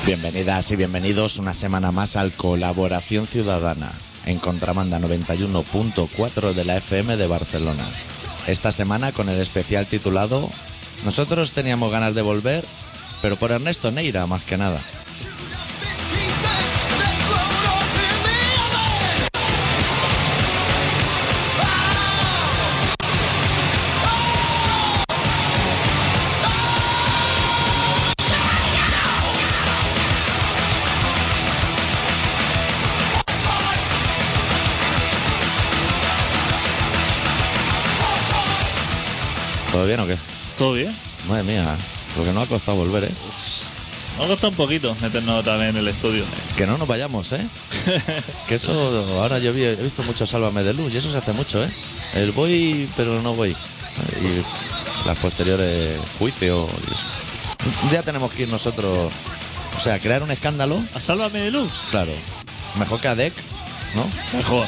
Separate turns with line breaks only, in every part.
Bienvenidas y bienvenidos una semana más al Colaboración Ciudadana en Contramanda 91.4 de la FM de Barcelona. Esta semana con el especial titulado Nosotros teníamos ganas de volver, pero por Ernesto Neira más que nada. ¿Todo bien o qué?
¿Todo bien?
Madre mía, lo que nos ha costado volver, ¿eh?
Nos ha costado un poquito meternos también en el estudio.
Que no nos vayamos, ¿eh? Que eso, ahora yo he visto mucho Sálvame de Luz y eso se hace mucho, ¿eh? El voy, pero no voy. Y las posteriores juicios. Un día tenemos que ir nosotros, o sea, crear un escándalo.
¿A Sálvame de Luz?
Claro. Mejor que a DEC, ¿no?
Mejor.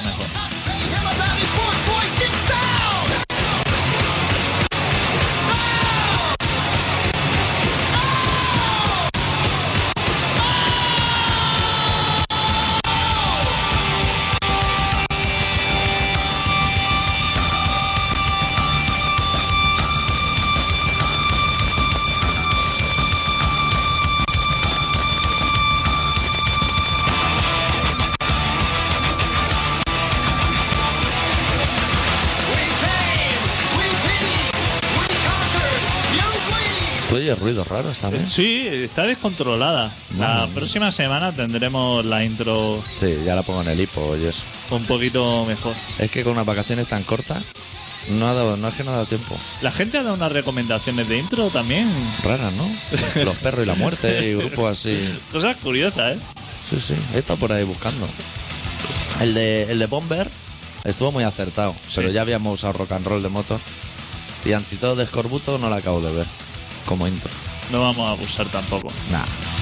¿Tú oyes ruidos raros también?
Sí, está descontrolada. La próxima semana tendremos la intro
Sí, ya la pongo en el hipo y eso.
un poquito mejor.
Es que con unas vacaciones tan cortas, no es que no ha dado tiempo.
La gente ha dado unas recomendaciones de intro también.
Raras, ¿no? Los perros y la muerte y grupos así.
Cosas curiosas, ¿eh?
Sí, he estado por ahí buscando. El de Bomber estuvo muy acertado, pero ya habíamos usado rock and roll de moto. Y Antitodo de Escorbuto no la acabo de ver como intro.
No vamos a abusar tampoco.
Nah.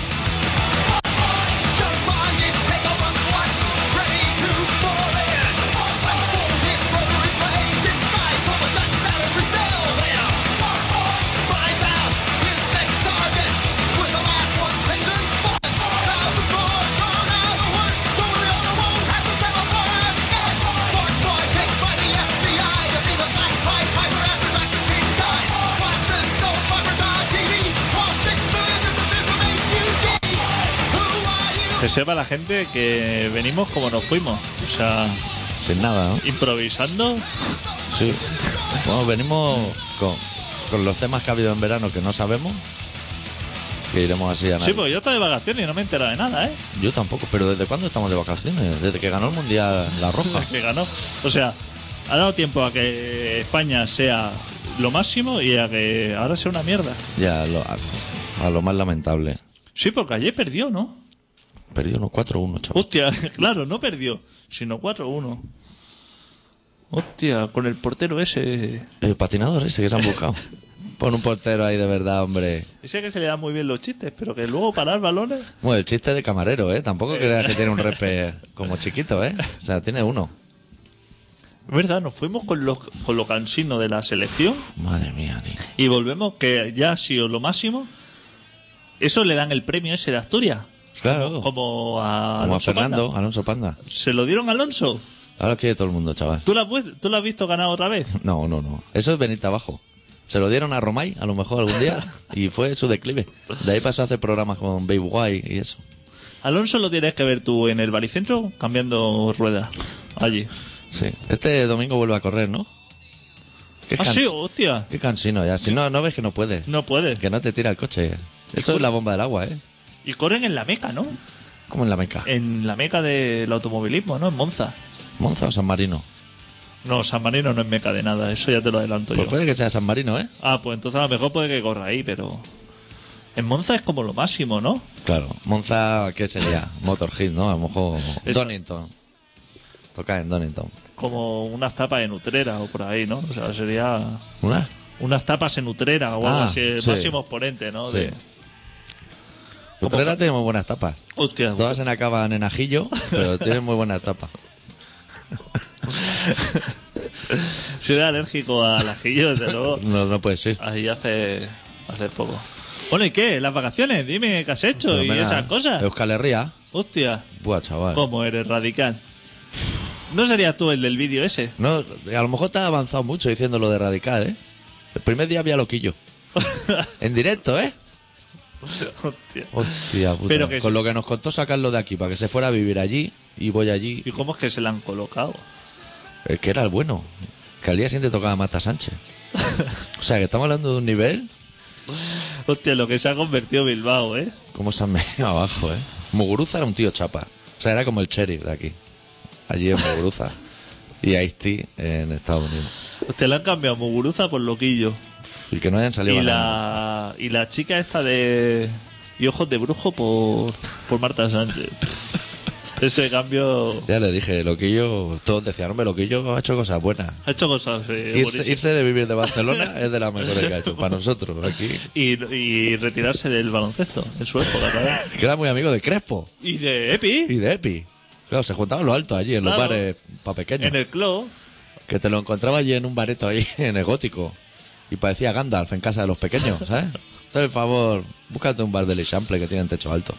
Que sepa la gente que venimos como nos fuimos. O sea,
Sin nada, ¿no?
improvisando.
Sí. Bueno, venimos con los temas que ha habido en verano que no sabemos. Que iremos así a nadie.
Sí, pues yo estoy de vacaciones y no me he enterado de nada, ¿eh?
Yo tampoco, pero ¿desde cuándo estamos de vacaciones? Desde que ganó el Mundial La Roja.
Que ganó. O sea, ha dado tiempo a que España sea lo máximo y a que ahora sea una mierda.
Ya, a lo más lamentable.
Sí, porque ayer perdió, ¿no?
Perdió unos 4-1, chaval.
Hostia, claro, no perdió, sino 4-1. Hostia, con el portero ese.
El patinador ese que se han buscado. Pon un portero ahí de verdad, hombre.
Ese que se le dan muy bien los chistes, pero que luego parar balones.
Bueno, el chiste de camarero, ¿eh? Tampoco creas que tiene un repe como chiquito, ¿eh? O sea, tiene uno.
Es verdad, nos fuimos con lo cansino de la selección
Madre mía, tío.
y volvemos que ya ha sido lo máximo. Eso le dan el premio ese de Asturias.
Claro.
Como
Como
a
a
Alonso
Fernando,
Panda.
Alonso Panda.
¿Se lo dieron a Alonso?
Ahora quiere todo el mundo, chaval.
¿Tú lo has visto ganar otra vez?
No. Eso es venirte abajo. Se lo dieron a Romay, a lo mejor algún día, y fue su declive. De ahí pasó a hacer programas con Babe White y eso.
Alonso lo tienes que ver tú en el baricentro cambiando ruedas. Allí.
Sí. Este domingo vuelve a correr, ¿no? Qué
Ah, sí, hostia.
Qué cansino ya. Si no ves que no puedes.
No puede.
Que no te tira el coche. Eso es la bomba del agua, ¿eh?
Y corren en la Meca, ¿no?
Como en la Meca.
En la Meca del automovilismo, ¿no? En Monza.
¿Monza o San Marino?
No, San Marino no es Meca de nada, eso ya te lo adelanto
Pues
yo.
puede que sea San Marino, ¿eh?
Ah, pues entonces a lo mejor puede que corra ahí, pero... En Monza es como lo máximo, ¿no?
Claro. Monza, ¿qué sería? Motorhead, ¿no? A lo mejor
Eso.
Donington. Toca en Donington.
Como unas tapas en Utrera o por ahí, ¿no? O sea, sería...
¿Una?
Unas tapas en Utrera o algo así, el
sí.
máximo exponente, ¿no?
Sí.
De...
Utrera tiene muy buenas tapas.
Hostia,
Todas se acaban en ajillo, pero tienen muy buenas tapas.
si eres alérgico al ajillo, desde luego,
No puede ser.
ahí hace poco. Bueno, ¿y qué? ¿Las vacaciones? Dime qué has hecho y
Fenomenal.
esas cosas.
Euskal Herria.
Hostia,
Buah, chaval.
¿cómo eres radical? ¿No serías tú el del vídeo ese?
No, a lo mejor te has avanzado mucho diciendo lo de radical, ¿eh? El primer día había loquillo. En directo, ¿eh?
Hostia.
Hostia puta.
Pero que
Con
sí.
lo que nos contó sacarlo de aquí para que se fuera a vivir allí y voy allí.
¿Y cómo es que se la han colocado?
Que era el bueno. Que al día siguiente tocaba Marta Sánchez. O sea, que estamos hablando de un nivel.
Hostia, lo que se ha convertido Bilbao, ¿eh?
Como se han venido abajo, ¿eh? Muguruza era un tío chapa. O sea, era como el sheriff de aquí. Allí en Muguruza. Y Ice-T en Estados Unidos.
Hostia, le han cambiado Muguruza por Loquillo.
Y que no hayan salido ganando.
Y la chica esta de... Y Ojos de Brujo por Marta Sánchez. Ese cambio...
Ya le dije, Loquillo, todos decían, hombre, Loquillo ha hecho cosas buenas.
Ha hecho cosas buenísimas.
Irse de vivir de Barcelona es de las mejores que ha hecho. Para nosotros, aquí.
Y retirarse del baloncesto en su época también.
Que era muy amigo de Crespo
Y de Epi,
y de Epi. Claro, se juntaban los altos allí, en los
Claro.
bares para pequeños.
en el club.
Que te lo encontraba allí en un bareto ahí, en el Gótico. Y parecía Gandalf en casa de los pequeños, ¿sabes? Haz el favor, búscate un bar del Eixample que tienen techo alto.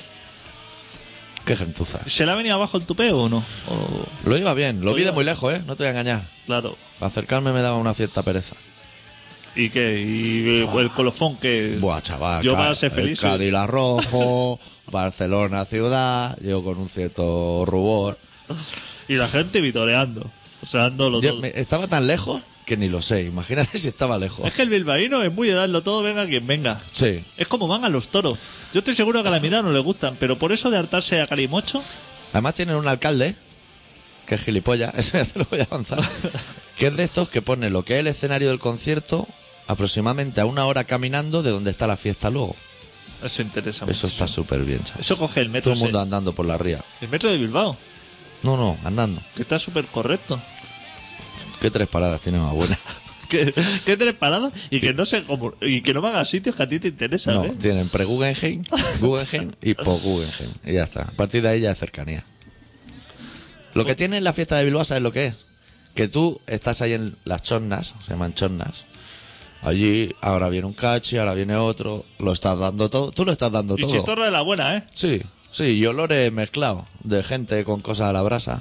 Qué gentuza.
¿Se le ha venido abajo el tupeo o no? O-
Lo iba bien, lo
Lo
vi de
iba-
muy lejos, ¿eh? No te voy a engañar.
Claro.
Para acercarme me daba una cierta pereza.
¿Y qué? ¿Y el colofón que...
Buah, chaval.
Yo para ser feliz,
El Cádiz rojo, Barcelona ciudad, yo con un cierto rubor.
Y la gente vitoreando. O sea, dándolo todo.
Estaba tan lejos que ni lo sé. Imagínate si estaba lejos.
Es que el bilbaíno es muy de darlo todo, venga quien venga.
Sí.
Es como van a los toros. Yo estoy seguro que a la mitad no le gustan, pero por eso de hartarse a Calimocho,
Además tienen un alcalde, que es gilipollas, eso ya te lo voy a avanzar, que es de estos que pone lo que es el escenario del concierto aproximadamente a 1 hora caminando de donde está la fiesta luego.
eso interesa
Eso
mucho.
está súper bien, chaval.
Eso coge el metro.
Todo el mundo
ese.
andando por la ría.
El metro de Bilbao,
No, andando.
que está súper correcto.
¿Qué 3 paradas tiene más buenas?
que 3 paradas y que no se y que no van a sitios que a ti te interesan,
No,
¿eh?
tienen pre-Guggenheim, Guggenheim y post-Guggenheim. Y ya está. A partir de ahí ya es cercanía. Lo que tiene en la fiesta de Bilbao, ¿sabes lo que es? Que tú estás ahí en las chornas, se llaman chornas. Allí, ahora viene un cachi, ahora viene otro. Lo estás dando todo. Tú lo estás dando
Y
todo.
chistorra de la buena, ¿eh?
Sí, y olores mezclados de gente con cosas a la brasa.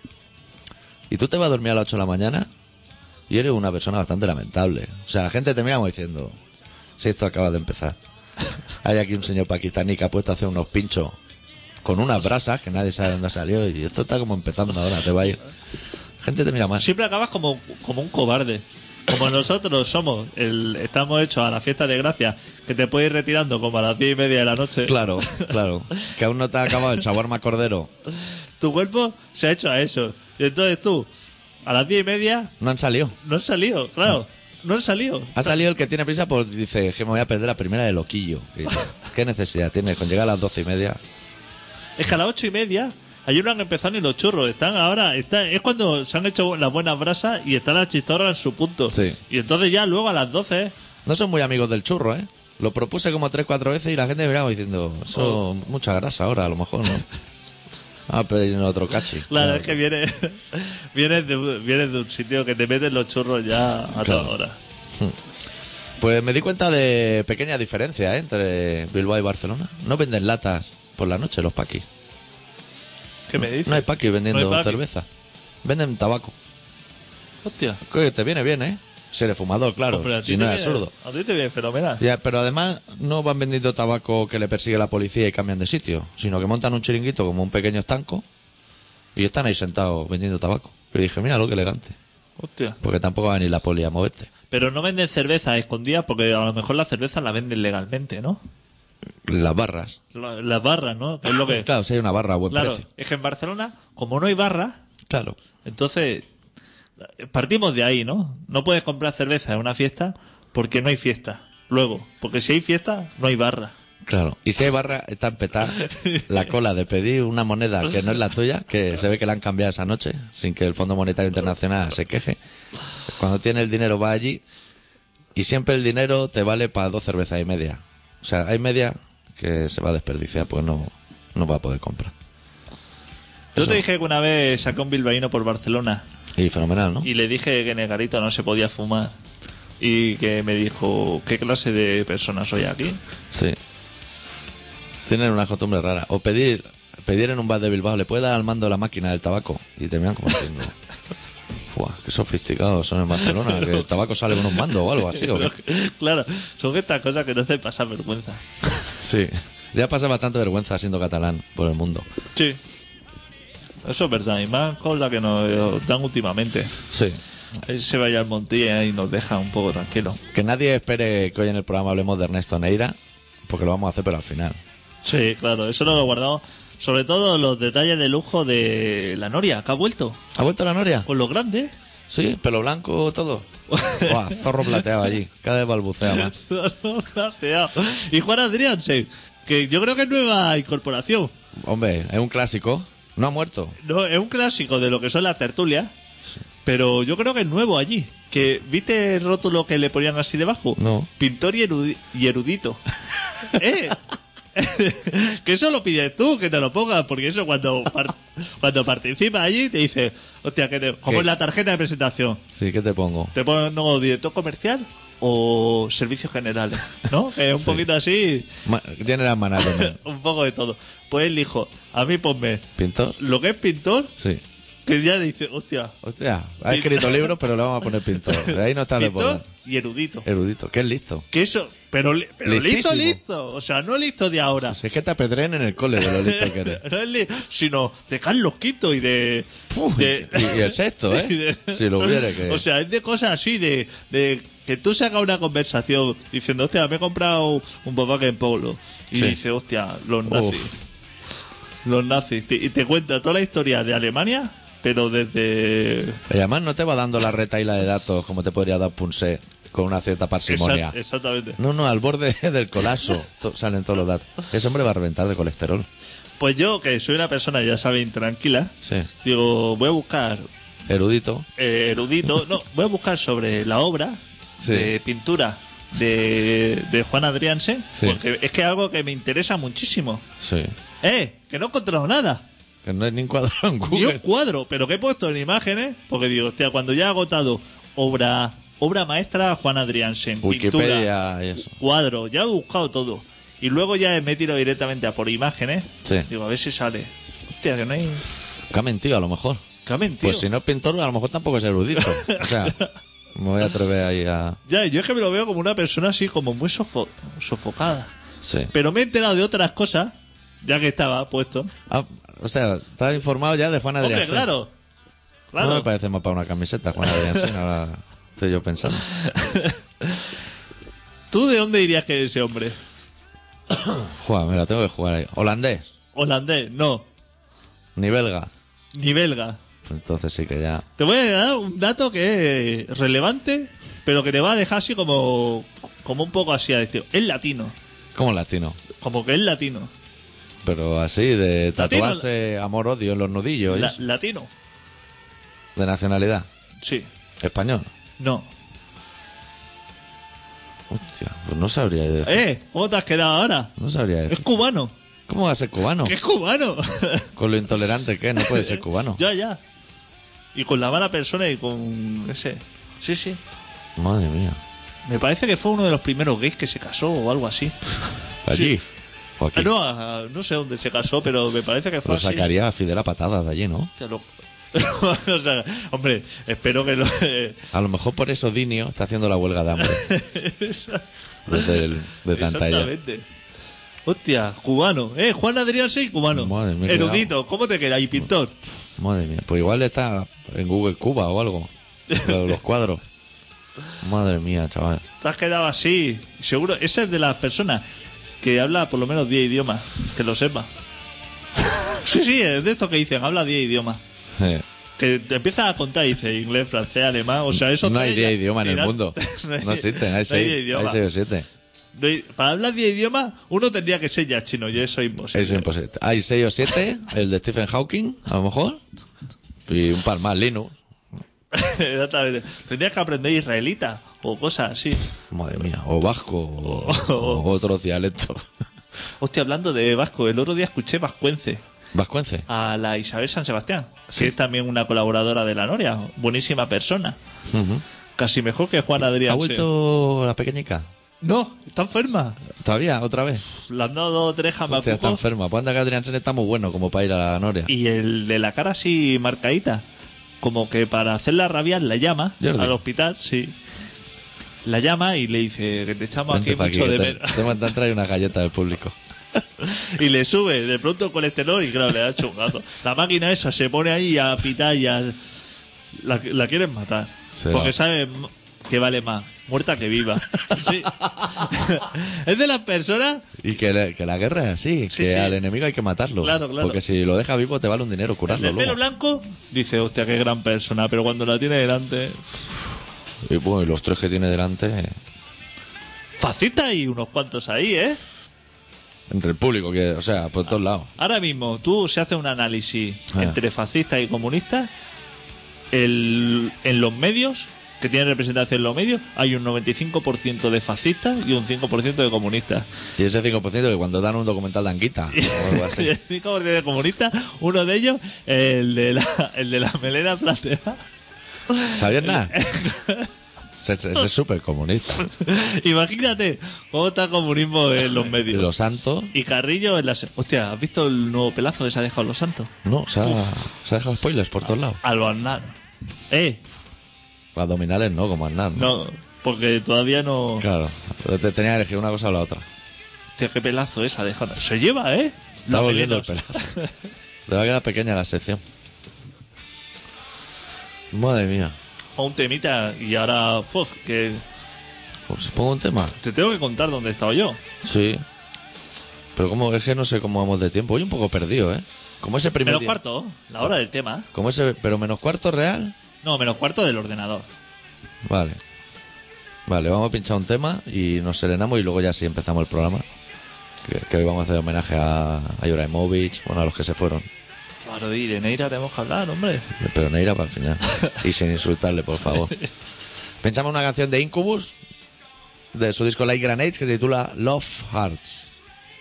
Y tú te vas a dormir a las 8 de la mañana y eres una persona bastante lamentable. O sea, la gente te mira como diciendo, si esto acaba de empezar. Hay aquí un señor pakistaní que ha puesto a hacer unos pinchos con unas brasas que nadie sabe dónde ha salido y esto está como empezando ahora, te va a ir. La gente te mira mal.
Siempre acabas como un cobarde. Como nosotros somos, estamos hechos a la fiesta de gracia, que te puedes ir retirando como a las 10:30 de la noche.
Claro. Que aún no te ha acabado el shawarma cordero.
Tu cuerpo se ha hecho a eso. Y entonces tú, a las 10:30,
No han salido.
no has salido, claro. No has salido.
Ha salido el que tiene prisa, pues dice que me voy a perder la primera de Loquillo. Y dice, ¿qué necesidad tiene con llegar a las 12:30?
Es que a las 8:30, ayer no han empezado ni los churros. Es cuando se han hecho las buenas brasas y está la chistorra en su punto.
Sí.
Y entonces ya luego a las 12,
No son muy amigos del churro, ¿eh? Lo propuse como 3-4 veces y la gente me miraba diciendo, eso, mucha grasa ahora, a lo mejor, ¿no? A pedir otro cachi.
claro, es que vienes de un sitio que te meten los churros ya a
Claro.
toda hora.
Pues me di cuenta de pequeñas diferencias, ¿eh? Entre Bilbao y Barcelona. No venden latas por la noche los paquis.
¿Qué me dices?
No hay paquis vendiendo
No hay paquis.
cerveza. Venden tabaco.
Hostia.
Que te viene bien, ¿eh? Si eres fumador, claro.
Hombre, a ti
Si no
te
es
viene-
absurdo.
A ti te viene fenomenal.
Ya, pero además no van vendiendo tabaco que le persigue la policía y cambian de sitio, sino que montan un chiringuito como un pequeño estanco y están ahí sentados vendiendo tabaco. Y dije, mira lo que elegante,
Hostia.
porque tampoco va a venir la poli a moverte.
Pero no venden cerveza escondida porque a lo mejor la cerveza la venden legalmente, ¿no?
Las barras.
Las barras, ¿no? Que es lo que...
Claro, si hay una barra a buen
Claro,
precio.
es que en Barcelona, como no hay barra,
Claro.
entonces partimos de ahí, ¿no? No puedes comprar cerveza en una fiesta porque no hay fiesta. Luego, porque si hay fiesta, no hay barra.
Claro. Y si hay barra, está empetada la cola de pedir una moneda que no es la tuya, que se ve que la han cambiado esa noche, sin que el Fondo Monetario Internacional se queje. Cuando tiene el dinero va allí y siempre el dinero te vale para 2 cervezas y media. O sea, hay media que se va a desperdiciar porque no va a poder comprar.
Yo
Eso.
te dije que una vez saqué un bilbaíno por Barcelona
Y fenomenal, ¿no?
y le dije que en el garito no se podía fumar. y que me dijo, ¿qué clase de persona soy aquí?
Sí. Tienen una costumbre rara. O pedir en un bar de Bilbao, ¿le puede dar al mando la máquina del tabaco? Y te miran como diciendo, ¡buah, qué sofisticados son en Barcelona! Que el tabaco sale con un mando o algo así, ¿o qué?
Claro, son estas cosas que te hacen pasar vergüenza.
Sí. Ya pasa bastante vergüenza siendo catalán por el mundo.
Sí. Eso es verdad, y más con la que nos dan últimamente.
Sí.
Él se vaya al Montilla y nos deja un poco tranquilos.
Que nadie espere que hoy en el programa hablemos de Ernesto Neira, porque lo vamos a hacer, pero al final.
Sí, claro, eso lo he guardado. Sobre todo los detalles de lujo de la Noria, que ha vuelto.
¿Ha vuelto la Noria?
Con los grandes.
Sí, pelo blanco, todo. Buah, zorro plateado allí, cada vez balbucea más.
Y Juan Adriansen, que yo creo que es nueva incorporación.
Hombre, es un clásico. No ha muerto.
No, es un clásico de lo que son las tertulias. Sí. Pero yo creo que es nuevo allí. Que ¿viste el rótulo que le ponían así debajo?
No.
Pintor y erudito. Que eso lo pides tú, que te lo pongas, porque eso cuando participas allí te dice, hostia, como es la tarjeta de presentación.
Sí, ¿qué te pongo?
Te pongo director comercial o servicios generales, ¿no? Que es un poquito así.
General manager.
Un poco de todo. Pues él dijo, a mí ponme
¿pintor?
Lo que es pintor.
Sí.
Que ya dice, hostia,
ha escrito libros, pero le vamos a poner pintor. De ahí no está de poder.
Y erudito.
Erudito, que es listo.
Que eso, pero listo. O sea, no listo de ahora.
Si es que te apedreen en el cole de lo listo que eres.
No es sino de Carlos V y de...
y el sexto, ¿eh? Si lo hubiera que...
O sea, es de cosas así, de que tú sacas una conversación diciendo, hostia, me he comprado un Volkswagen Polo. Y
Sí.
dice, hostia, los nazis. Los nazis. Y te cuenta toda la historia de Alemania... Pero desde...
Y además no te va dando la retaila de datos como te podría dar Punset con una cierta parsimonia.
Exactamente.
No, al borde del colapso salen todos los datos. Ese hombre va a reventar de colesterol.
Pues yo, que soy una persona, ya saben, intranquila,
Sí.
digo, voy a buscar...
Erudito.
Erudito. No, voy a buscar sobre la obra
Sí.
de pintura de Juan Adriansen,
Sí.
porque es que es algo que me interesa muchísimo.
Sí.
Que no he encontrado nada.
Que no hay ni un cuadro en
Ni
Google.
un cuadro, pero que he puesto en imágenes, porque digo, hostia, cuando ya he agotado obra maestra Juan Adriansen,
Wikipedia
pintura,
y eso.
cuadro, ya he buscado todo. Y luego ya me he tirado directamente a por imágenes.
Sí.
Digo, a ver si sale. Hostia, que no hay...
Que ha mentido a lo mejor.
¿Qué ha mentido?
Pues si no es pintor, a lo mejor tampoco es erudito. O sea, me voy a atrever ahí a...
Ya, yo es que me lo veo como una persona así, como muy sofocada.
Sí.
Pero me he enterado de otras cosas, ya que estaba puesto.
Ah, o sea, estás informado ya de Juan
Hombre,
Adriansen.
claro.
No me parece más para una camiseta, Juan Adriansen. Ahora estoy yo pensando.
¿Tú de dónde dirías que es ese hombre?
Juan, me la tengo que jugar ahí. ¿Holandés?
Holandés, no.
¿Ni belga?
Ni belga.
Pues entonces sí que ya...
Te voy a dar un dato que es relevante, pero que te va a dejar así como un poco así a decir. Es latino.
¿Cómo latino?
Como que es latino.
Pero así, de
Latino.
tatuarse amor-odio en los nudillos. ¿y eso?
Latino.
¿De nacionalidad?
Sí.
¿Español?
No.
Hostia, pues no sabría decir.
¿Cómo te has quedado ahora?
No sabría
Es
decir.
cubano.
¿Cómo va a ser cubano?
¿Qué es cubano?
Con lo intolerante que es, no puede ser cubano.
Ya. Y con la mala persona y con ese. Sí.
Madre mía.
Me parece que fue uno de los primeros gays que se casó o algo así.
¿Allí?
Sí.
¿O aquí?
No sé dónde se casó, pero me parece que fue
Lo
así.
sacaría a Fidel a patadas de allí, ¿no?
Hostia, loco. O sea, hombre, espero que lo...
A lo mejor por eso Dinio está haciendo la huelga de hambre. de tanta ella.
Exactamente. Hostia, cubano. Juan Adriansen, cubano.
Madre mía,
Erudito, ¿cómo te queda? Y pintor.
Madre mía. Pues igual está en Google Cuba o algo. Los cuadros. Madre mía, chaval.
Te has quedado así. Seguro, esa es de las personas que habla por lo menos 10 idiomas. Que lo sepa. Sí, es de estos que dicen, habla 10 idiomas. Que te empiezas a contar y dice inglés, francés, alemán. O sea, eso
no hay 10 idiomas en el mundo. No existen, hay 6 o 7.
Para hablar 10 idiomas, uno tendría que ser ya chino, y eso es imposible.
Eso es imposible. Hay 6 o 7, el de Stephen Hawking, a lo mejor. Y un par más, Linux.
Exactamente. Tendrías que aprender israelita o cosas así.
Madre mía, o vasco, o otros dialectos.
Hostia, hablando de vasco, el otro día escuché vascuence.
¿Vascuence?
A la Isabel San Sebastián,
Sí.
que es también una colaboradora de La Noria, buenísima persona.
Uh-huh.
Casi mejor que Juan Adrián.
¿Ha vuelto la pequeñica?
No, está enferma.
¿Todavía? ¿Otra vez?
Le han dado 3
Hostia,
jamacucos.
está enferma. Pues anda que Adrián Sen está muy bueno como para ir a la Noria.
Y el de la cara así marcadita. Como que para hacerla rabiar la llama
Jordi.
al hospital, sí. La llama y le dice que te echamos
Vente
aquí
pa'
mucho
que
de
te
menos.
han traído una galleta del público.
Y le sube de pronto el colesterol y claro, le da chungazo. La máquina esa se pone ahí a pitar y a... La quieren matar.
Será.
Porque saben que vale más muerta que viva. Sí. Es de las personas...
Y que la guerra es así,
Sí,
que
sí.
al enemigo hay que matarlo.
Claro, claro.
Porque si lo deja vivo te vale un dinero
El
curarlo
del pelo
luego.
blanco dice, hostia, qué gran persona. Pero cuando la tiene delante...
Y bueno, y los 3 que tiene delante,
Fascista y unos cuantos ahí, ¿eh?
entre el público, que, o sea, por todos lados.
Ahora mismo, tú se hace un análisis entre fascistas y comunistas. En los medios, que tienen representación en los medios, hay un 95% de fascistas y un 5% de comunistas.
Y ese 5% que cuando dan un documental dan quita. O algo así.
Y el 5% de comunistas, uno de ellos, el de la melena plateada.
¿Sabías nada? Ese es súper comunista.
Imagínate cómo está el comunismo en los
Y
medios.
los santos,
Y Carrillo en la... Hostia, ¿has visto el nuevo pelazo que se ha dejado Los Santos?
no, se ha dejado spoilers por todos lados.
Albarnán.
Abdominales no, como Aznar, ¿no?
No, porque todavía no...
Claro, te tenía que elegir una cosa o la otra.
Hostia, qué pelazo esa dejando. Se lleva, ¿eh?
Está
Los
volviendo el
melenos.
pelazo. Le va a quedar pequeña la sección. Madre mía.
O un temita y ahora... que
Pues pongo un tema.
te tengo que contar dónde he estado yo.
Sí. Pero como es que no sé cómo vamos de tiempo. Voy un poco perdido, ¿eh? Como ese primer
Menos
día.
cuarto, la hora del tema.
Como ese, pero menos cuarto real.
No, menos cuarto del ordenador.
Vale. Vale, vamos a pinchar un tema y nos serenamos y luego ya sí empezamos el programa. Que hoy vamos a hacer homenaje a Jurajimovic, bueno, a los que se fueron.
Claro, y de Neira tenemos que hablar, hombre.
Pero Neira para el final. Y sin insultarle, por favor. Pinchamos una canción de Incubus, de su disco Like Grenades, que se titula Love Hearts.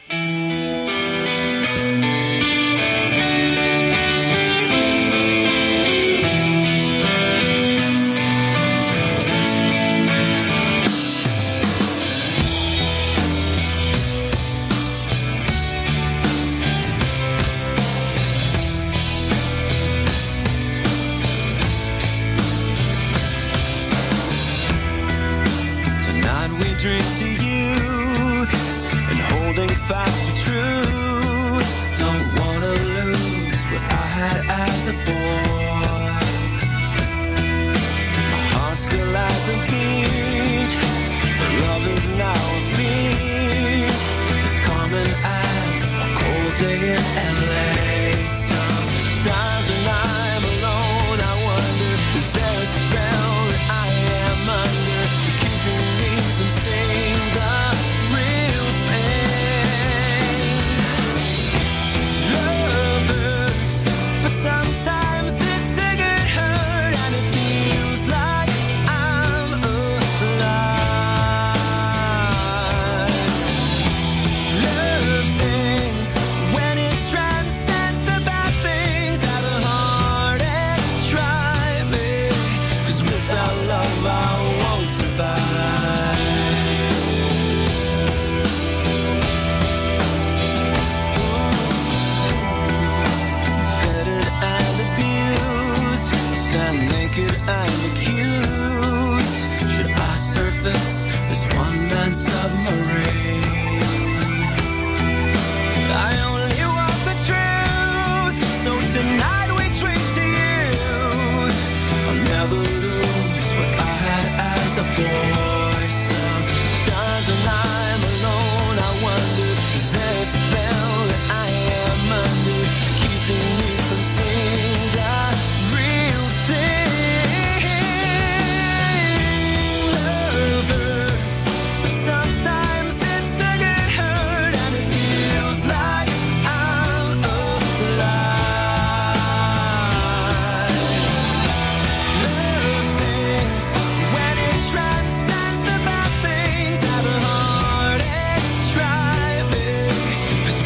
Tonight we drink to youth and holding fast to truth. Don't wanna lose what I had as a boy. My heart still has a beat, but love is now a feat. It's common as a cold day in LA. Sometimes when I'm alone, I wonder, is there a spell that I am under, keeping me from seeing the real thing? Love hurts, but sometimes it's a good hurt, and it feels like I'm alive. Love sings when it transcends the bad things that are hard and try me, 'cause without love I won't survive. Fettered and abused, stand naked and accused. Should I surface this one-man submarine? I only want the truth, so tonight we drink to youth. I'll never lose what I had as a boy. Sometimes when I'm alone, I wonder, is there a spell that I am under, keeping me from seeing the real thing? Love hurts, but sometimes it's a good hurt, and it feels like I'm alive. Love sings when it transcends the bad things that are hard and try me, 'cause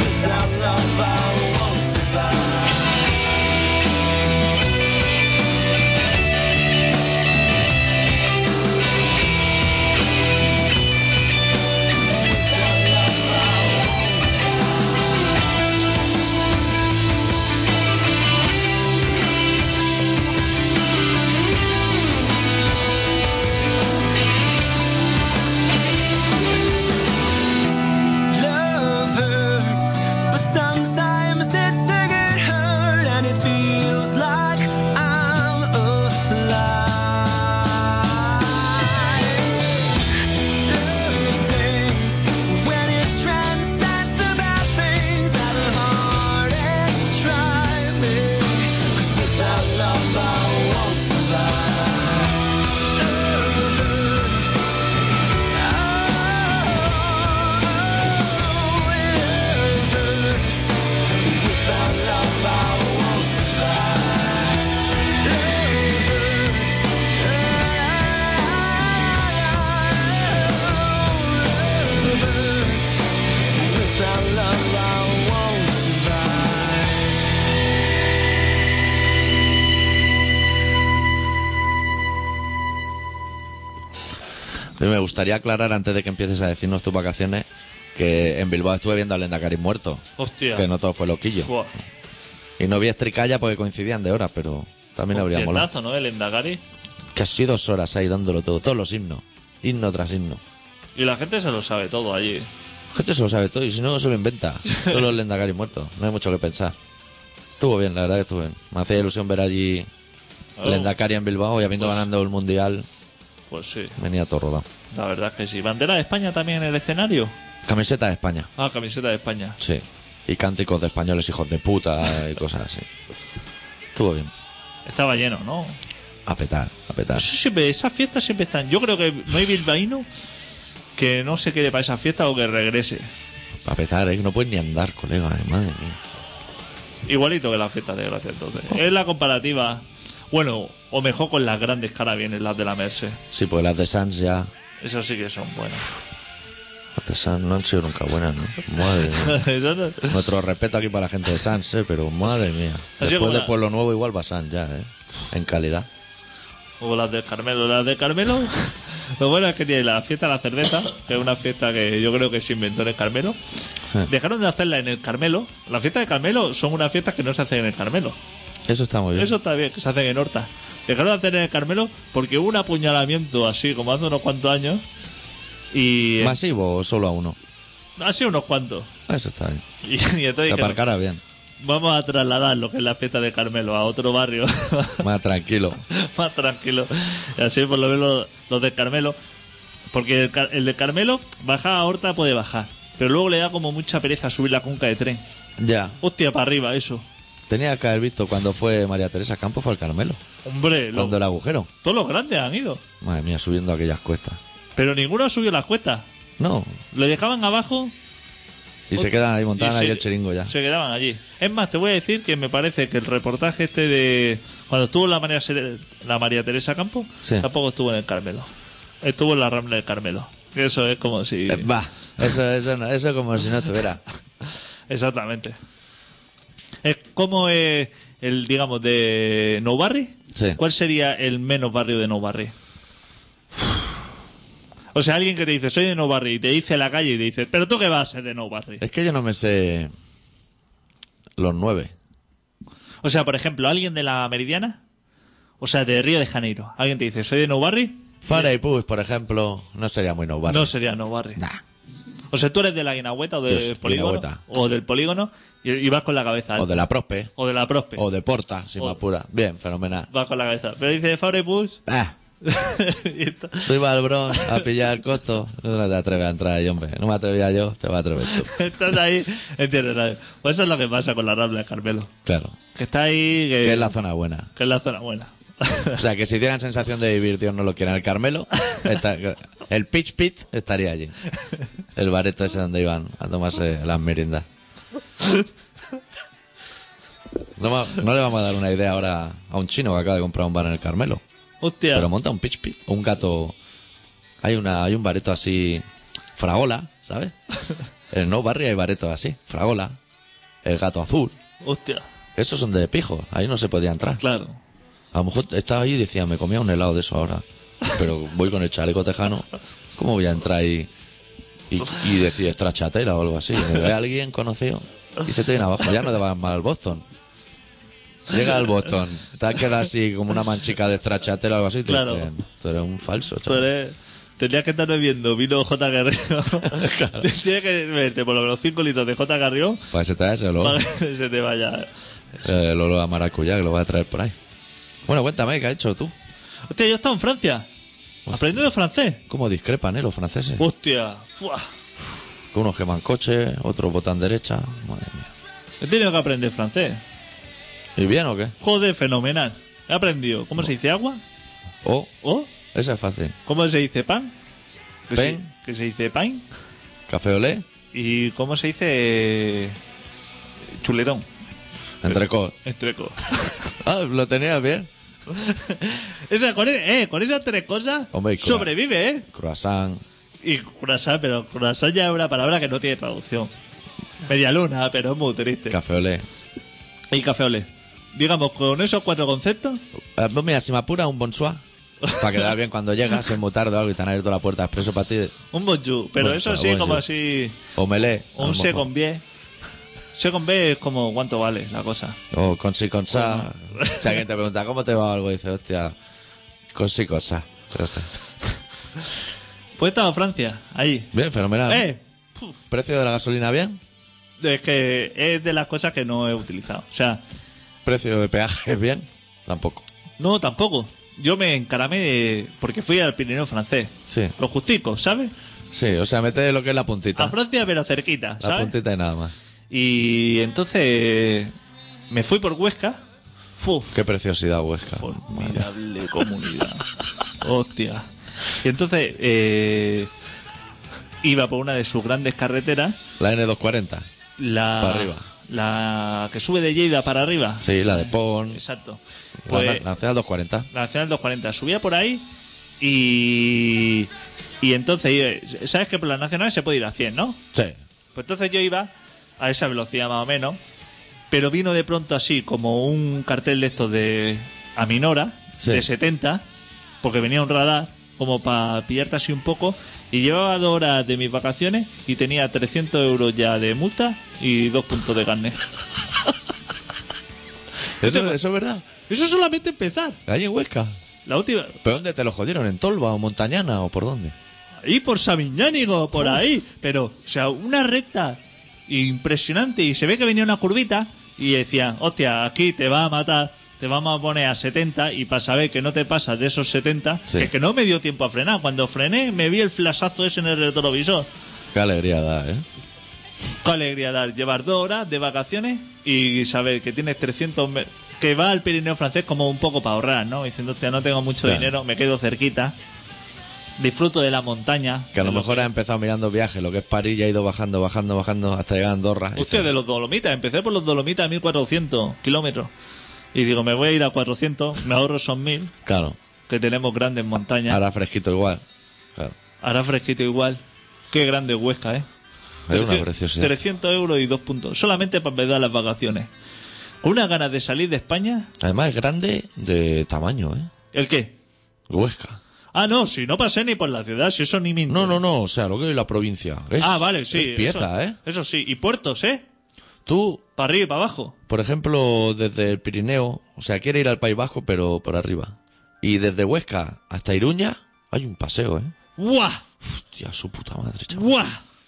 Me gustaría aclarar antes de que empieces a decirnos tus vacaciones que en Bilbao estuve viendo al Lendakari muerto.
Hostia.
Que no todo fue loquillo.
Buah.
Y no vi Estricalla porque coincidían de horas, pero también habría molado.
Conciertazo, ¿no? El Endagari.
Casi 2 horas ahí dándolo todo. Todos los himnos. Himno tras himno.
Y la gente se lo sabe todo allí.
La gente se lo sabe todo y si no, se lo inventa. Solo el Lendakari muerto. No hay mucho que pensar. Estuvo bien, la verdad que estuvo bien. Me hacía ilusión ver allí
Claro.
Lendakari en Bilbao y habiendo
Pues-
ganado el Mundial,
Pues sí,
venía todo rodado.
la verdad es que sí. ¿Bandera de España también en el escenario?
Camiseta de España,
Ah, camiseta de España.
sí. Y cánticos de españoles hijos de puta y cosas así. Estuvo bien.
Estaba lleno, ¿no?
A petar, a petar.
Eso siempre, esas fiestas siempre están. Yo creo que no hay bilbaíno que no se quede para esa fiesta o que regrese.
A petar, que no puedes ni andar, colega, madre mía.
Igualito que las fiestas de gracia, entonces. Es la comparativa. Bueno, o mejor con las grandes carabienes, las de la Merced.
Sí, porque las de Sans ya.
Esas sí que son buenas.
Las de Sans no han sido nunca buenas, ¿no? Madre mía.
Esas no-
Nuestro respeto aquí para la gente de Sans, pero madre mía.
Así
Después
como
de
la-
Pueblo Nuevo igual va Sans ya, en calidad.
O las de Carmelo. Las de Carmelo, lo bueno es que tiene la fiesta de la cerveza, que es una fiesta que yo creo que se inventó en el Carmelo. Dejaron de hacerla en el Carmelo. Las fiestas de Carmelo son unas fiestas que no se hacen en el Carmelo.
Eso está muy bien.
Eso está bien, que se hacen en Horta. Dejaron de hacer en el Carmelo porque hubo un apuñalamiento así, como hace unos cuantos años. Y
¿Masivo o solo a uno?
hace unos cuantos.
Eso está bien.
Y entonces
Se
dijeron,
aparcara bien.
vamos a trasladar lo que es la fiesta de Carmelo a otro barrio
Más tranquilo.
más tranquilo. Y así por lo menos los de Carmelo. Porque el de Carmelo, bajar a Horta puede bajar. Pero luego le da como mucha pereza subir la conca de tren.
Ya.
Hostia, para arriba, eso.
Tenía que haber visto cuando fue María Teresa Campos, fue al Carmelo.
Hombre,
Cuando el agujero.
todos los grandes han ido.
Madre mía, subiendo aquellas cuestas.
Pero ninguno ha subido las cuestas.
No.
Le dejaban abajo
Y se quedan ahí, montaban
y
ahí
se-
el chiringo ya.
Se quedaban allí. Es más, te voy a decir que me parece que el reportaje este de cuando estuvo la María Teresa Campos,
Sí.
tampoco estuvo en el Carmelo. Estuvo en la Rambla del Carmelo. Eso es como si...
Va. Eso como si no estuviera.
Exactamente. Es como el, digamos, de Nou Barri.
Sí.
¿Cuál sería el menos barrio de Nou Barri? O sea, alguien que te dice, soy de Nou Barri, y te dice a la calle y te dice, pero tú qué vas a ser de Nou Barri.
Es que yo no me sé los 9.
O sea, por ejemplo, alguien de la Meridiana, o sea, de Río de Janeiro, alguien te dice, soy de Nou Barri,
Fara y Puig, por ejemplo, no sería muy novato.
no sería Nou Barri.
Nah.
O sea, tú eres de la Guinahueta o del
Yo soy
polígono,
Guinahueta.
o del polígono, y vas con la cabeza alta.
O de la Prospe.
O de la Prospe.
O de Porta, si
O-
me apura. Bien, fenomenal.
Vas con la cabeza. Pero dice Fabra y Puig.
Ah,
y esto-
tú ibas al Bronx a pillar el costo. No te atreves a entrar ahí, hombre. No me atrevía yo, te vas a atrever tú.
Estás ahí, entiendes nada. Pues eso es lo que pasa con la Rambla de Carmelo.
Claro.
Que está ahí,
Que es la zona buena.
que es la zona buena.
O sea, que si hicieran sensación de vivir, Dios no lo quiera, en el Carmelo, el Pitch Pit estaría allí. El bareto ese donde iban a tomarse las meriendas. No le vamos a dar una idea ahora a un chino que acaba de comprar un bar en el Carmelo.
Hostia.
Pero monta un Pitch Pit, un gato. Hay un bareto así, fragola, ¿sabes? En el No Barrio hay baretos así, fragola, el gato azul.
Hostia.
Esos son de pijo, ahí no se podía entrar.
Claro.
A lo mejor estaba ahí y decía, me comía un helado de eso ahora. Pero voy con el chaleco tejano, ¿cómo voy a entrar ahí y decir estrachatera o algo así? Me ve a alguien conocido y se te viene abajo. Ya no te vas mal al Boston. Llega al Boston, te has quedado así como una manchica de estrachatera o algo así. Y te
Claro.
dicen, tú eres un falso,
Tú
chaval.
eres... Tendrías que estar bebiendo vino J. Carrión. Tienes que beberte por lo menos 5 litros de J. Carrión
Para que se te haga ese olor.
para que se te vaya.
El olor a maracuyá que lo vas a traer por ahí. Bueno, cuéntame, ¿qué has hecho tú?
Hostia, yo he estado en Francia. Aprendiendo francés.
¿Cómo discrepan, los franceses?
Hostia. Fuah.
Que unos queman coche, otros botan derecha. Madre mía.
He tenido que aprender francés.
¿Y bien o qué?
Joder, fenomenal. He aprendido cómo se dice agua.
Oh,
¿O?
esa es fácil.
¿Cómo se dice pan? Que
Pen.
que se dice pain.
Café olé,
¿Y cómo se dice chuletón?
entrecot.
Estreco.
Ah, lo tenías bien.
Con esas tres cosas
Hombre, y claro.
sobrevive, ¿eh?
Croissant.
Y croissant, pero croissant ya es una palabra que no tiene traducción. Media luna, pero es muy triste.
Café olé.
Y café olé. Digamos, con esos 4 conceptos,
Pues mira, si me apura un bonsoir. Para quedar bien cuando llegas, es muy tarde o algo y te han abierto la puerta expreso para ti.
Un bonjour, pero
Bueno,
eso sí,
bonjour.
como así.
Omelé.
Un second B. Second B es como cuánto vale la cosa.
O con sí, con sa. Si alguien te pregunta, ¿cómo te va o algo? Dice, hostia, con sí, con sa. Pero sí.
Pues he estado en Francia, ahí.
Bien, fenomenal.
Puf,
¿Precio de la gasolina bien?
es que es de las cosas que no he utilizado. O sea,
¿Precio de peaje bien? Tampoco.
no, tampoco. Yo me encaramé porque fui al Pirineo francés.
Sí.
Lo justico, ¿sabes?
Sí, o sea, mete lo que es la puntita.
A Francia, pero cerquita,
La
¿sabes?
puntita y nada más.
Y entonces me fui por Huesca. Uf,
Qué preciosidad, Huesca.
formidable comunidad. Hostia. Y entonces iba por una de sus grandes carreteras,
La N240.
la
Para arriba.
la que sube de Lleida para arriba.
Sí, la de Pon.
Exacto.
La
Pues
Nacional 240.
la Nacional 240. Subía por ahí y entonces, ¿sabes que por las nacionales se puede ir a 100, no?
Sí.
Pues entonces yo iba a esa velocidad más o menos, pero vino de pronto así como un cartel de estos de Aminora,
Sí.
de 70, porque venía un radar como para pillarte así un poco, y llevaba 2 horas de mis vacaciones y tenía 300 euros ya de multa y 2 puntos de carne.
Eso es verdad.
Eso solamente empezar.
Ahí en Huesca.
La última...
¿Pero dónde te lo jodieron? ¿En Tolba o Montañana o por dónde?
Ahí por Samiñánigo, por ahí. Pero, o sea, una recta impresionante. Y se ve que venía una curvita y decían, hostia, aquí te va a matar, te vamos a poner a 70 y para saber que no te pasas de esos 70,
Sí.
que no me dio tiempo a frenar. Cuando frené me vi el flashazo ese en el retrovisor.
Qué alegría da, ¿eh?
Qué alegría dar llevar 2 horas de vacaciones y saber que tienes 300... que va al Pirineo francés como un poco para ahorrar, ¿no? Diciendo, hostia, no tengo mucho
Claro.
dinero, me quedo cerquita. Disfruto de la montaña.
Que a lo
de
mejor has empezado mirando viajes, lo que es París, y ha ido bajando hasta llegar a Andorra. Y
Hostia,
dices,
de los Dolomitas. Empecé por los Dolomitas a 1400 kilómetros. Y digo, me voy a ir a 400, me ahorro son 1000,
Claro,
que tenemos grandes montañas.
ahora fresquito igual. Claro,
Hará fresquito igual. Qué grande Huesca, ¿eh?
es una preciosidad.
300 euros y 2 puntos. Solamente para empezar las vacaciones. Con unas ganas de salir de España.
Además es grande de tamaño, ¿eh?
¿El qué?
Huesca.
Ah, no, si no pasé ni por la ciudad, si eso ni me interesa.
No, o sea, lo que es la provincia. Es,
Ah, vale, sí.
Es pieza,
eso,
¿eh?
Eso sí. Y puertos, ¿eh?
Tú,
Para arriba y para abajo.
por ejemplo, desde el Pirineo, o sea, quiere ir al País Vasco, pero por arriba. Y desde Huesca hasta Iruña hay un paseo, ¿eh?
¡Guau!
Hostia, su puta madre, chaval.
¡Guau!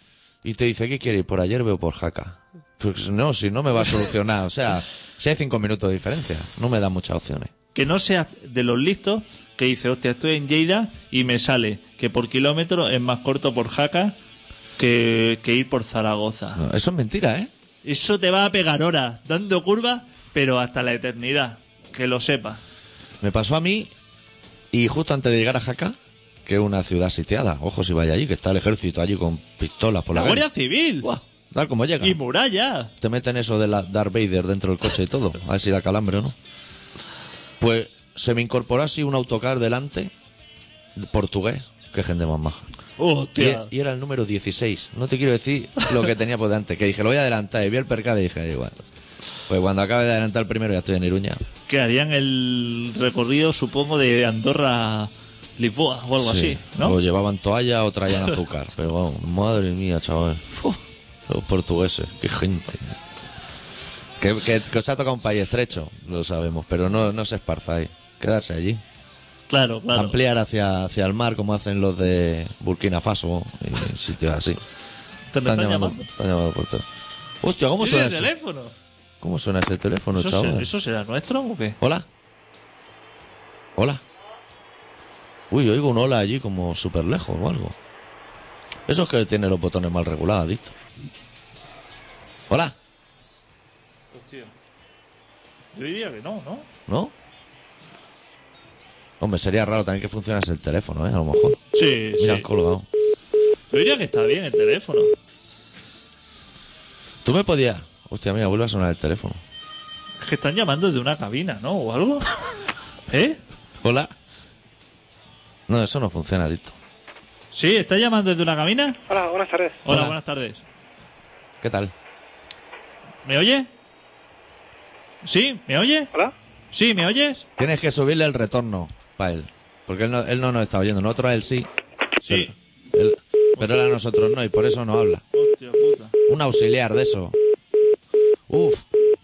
Y te dice, ¿qué quiere ir? ¿Por Ayerbe o por Jaca? Pues no, si no me va a solucionar. O sea, si hay 5 minutos de diferencia, no me da muchas opciones.
Que no seas de los listos que dice, hostia, estoy en Lleida y me sale que por kilómetro es más corto por Jaca que ir por Zaragoza.
No, eso es mentira, ¿eh?
Eso te va a pegar horas dando curvas, pero hasta la eternidad. Que lo sepas.
Me pasó a mí, y justo antes de llegar a Jaca, que es una ciudad sitiada, ojo si vaya allí, que está el ejército allí con pistolas por
La
la
Guardia
calle.
Civil.
Buah, tal como llega.
Y muralla.
Te meten eso de la Darth Vader dentro del coche y todo, a ver si da calambre o no. Pues se me incorporó así un autocar delante, portugués, que gente más maja.
Hostia.
Y era el número 16. No te quiero decir lo que tenía por delante, que dije, lo voy a adelantar, y vi el percal y dije, igual. Pues cuando acabe de adelantar el primero ya estoy en Iruña.
Que harían el recorrido, supongo, de Andorra a Lisboa o algo
Sí.
así, ¿no?
O llevaban toalla o traían azúcar. Pero vamos, madre mía, chaval. Uf, los portugueses, qué gente. Que os ha tocado un país estrecho, lo sabemos, pero no se esparzáis. Quedarse allí.
Claro, claro.
Ampliar hacia el mar como hacen los de Burkina Faso y sitios así.
¿Te me están llamando?
Están llamando por todo. Hostia, ¿cómo
¿Tiene
suena
el
ese?
teléfono?
¿Cómo suena ese teléfono, chaval?
¿Eso será nuestro o qué?
¿Hola? ¿Hola? Uy, oigo un hola allí como súper lejos o algo. Eso es que tiene los botones mal regulados, adicto. ¿Hola?
Hostia. Yo diría que no, ¿no?
¿No? Hombre, sería raro también que funcionase el teléfono, ¿eh? A lo mejor.
Sí,
Mira,
sí.
han colgado.
Yo diría que está bien el teléfono.
¿Tú me podías...? Hostia, mira, vuelve a sonar el teléfono.
Es que están llamando desde una cabina, ¿no? ¿O algo? ¿Eh?
¿Hola? No, eso no funciona, adicto.
Sí, ¿está llamando desde una cabina?
Hola, buenas tardes.
Hola,
Hola.
buenas tardes.
¿Qué tal?
¿Me oye? ¿Sí? ¿Me oye?
Hola.
¿Sí? ¿Me oyes?
Tienes que subirle el retorno para él. Porque él no nos está oyendo. Nosotros a él sí.
Sí.
Pero él a nosotros no, y por eso no habla.
Hostia puta.
Un auxiliar de eso. Uf.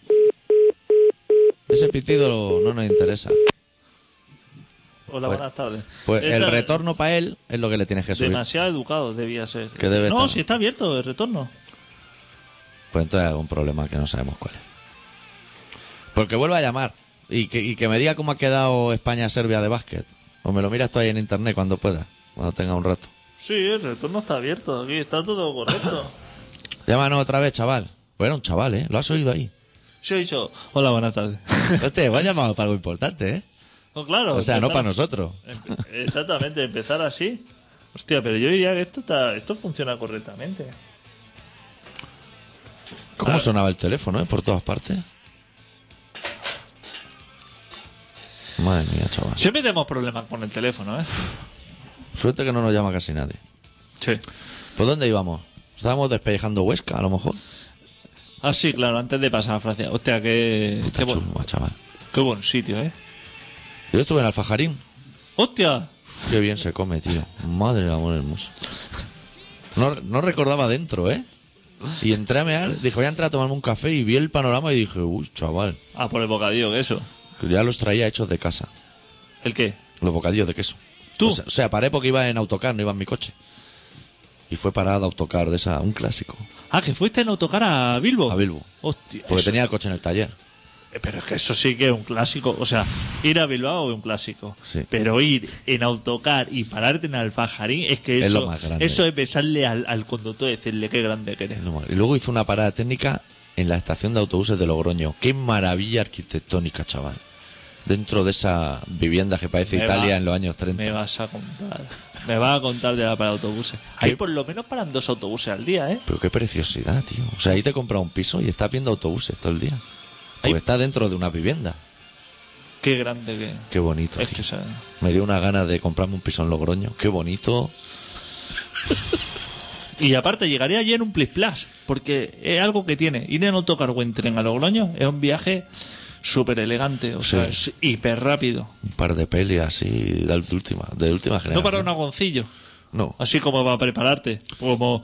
Ese pitido no nos interesa.
Hola, buenas tardes.
Pues el
Esta-
retorno para él es lo que le tienes que subir.
Demasiado educado debía ser.
Que debe
no,
estar.
si está abierto el retorno.
Pues entonces hay algún problema que no sabemos cuál es. Porque vuelve a llamar y que me diga cómo ha quedado España-Serbia de básquet. O me lo miras tú ahí en internet cuando puedas, cuando tenga un rato.
Sí, el retorno está abierto. Aquí está todo correcto.
Llámanos otra vez, chaval. Pues era un chaval, ¿eh? Lo has oído ahí.
Sí, he dicho, hola, buenas tardes.
Hostia, me has llamado para algo importante, ¿eh?
No, claro.
O sea, no
empezar-
para nosotros.
Exactamente, empezar así. Hostia, pero yo diría que esto funciona correctamente.
¿Cómo sonaba el teléfono, por todas partes? Madre mía, chaval.
Siempre tenemos problemas con el teléfono, ¿eh?
Suerte que no nos llama casi nadie.
Sí.
¿Por dónde íbamos? Estábamos despellejando Huesca, a lo mejor.
Ah, sí, claro, antes de pasar a Francia. Hostia, qué
Puta
buen,
chusma, chaval.
qué buen sitio, ¿eh?
Yo estuve en Alfajarín.
¡Hostia!
Qué bien se come, tío. Madre de amor hermoso. No recordaba dentro, ¿eh? Y entré a mear, dije, voy a entrar a tomarme un café y vi el panorama y dije, uy, chaval.
Ah, por el bocadillo, que eso.
Que ya los traía hechos de casa.
¿El qué?
Los bocadillos de queso.
¿Tú?
O sea, paré porque iba en autocar, no iba en mi coche. Y fue parada autocar de esa, un clásico.
Ah, que fuiste en autocar a Bilbo.
A Bilbo.
Hostia.
Porque
eso-
tenía el coche en el taller.
Pero es que eso sí que es un clásico. O sea, ir a Bilbao es un clásico.
Sí.
Pero ir en autocar y pararte en Alfajarín es que
Es
eso
lo más grande.
Eso es besarle al conductor y decirle qué grande que eres.
No mal. Y luego hizo una parada técnica en la estación de autobuses de Logroño. Qué maravilla arquitectónica, chaval. Dentro de esa vivienda que parece
Me
Italia
va-
en los años 30.
Me vas a contar. Me vas a contar de la para autobuses. Ahí por lo menos paran 2 autobuses al día, ¿eh?
Pero qué preciosidad, tío. O sea, ahí te compras un piso y estás viendo autobuses todo el día. Porque
Ahí-
está dentro de una vivienda.
Qué grande que
Qué bonito,
es.
tío.
Que sabe.
Me dio una gana de comprarme un piso en Logroño. Qué bonito.
Y aparte llegaría allí en un plis plas, porque es algo que tiene. Ir en autocar o en tren a Logroño es un viaje súper elegante, o sea,
Sí.
es hiper rápido.
Un par de pelis así de última generación.
No para un agoncillo,
No.
así como para prepararte, como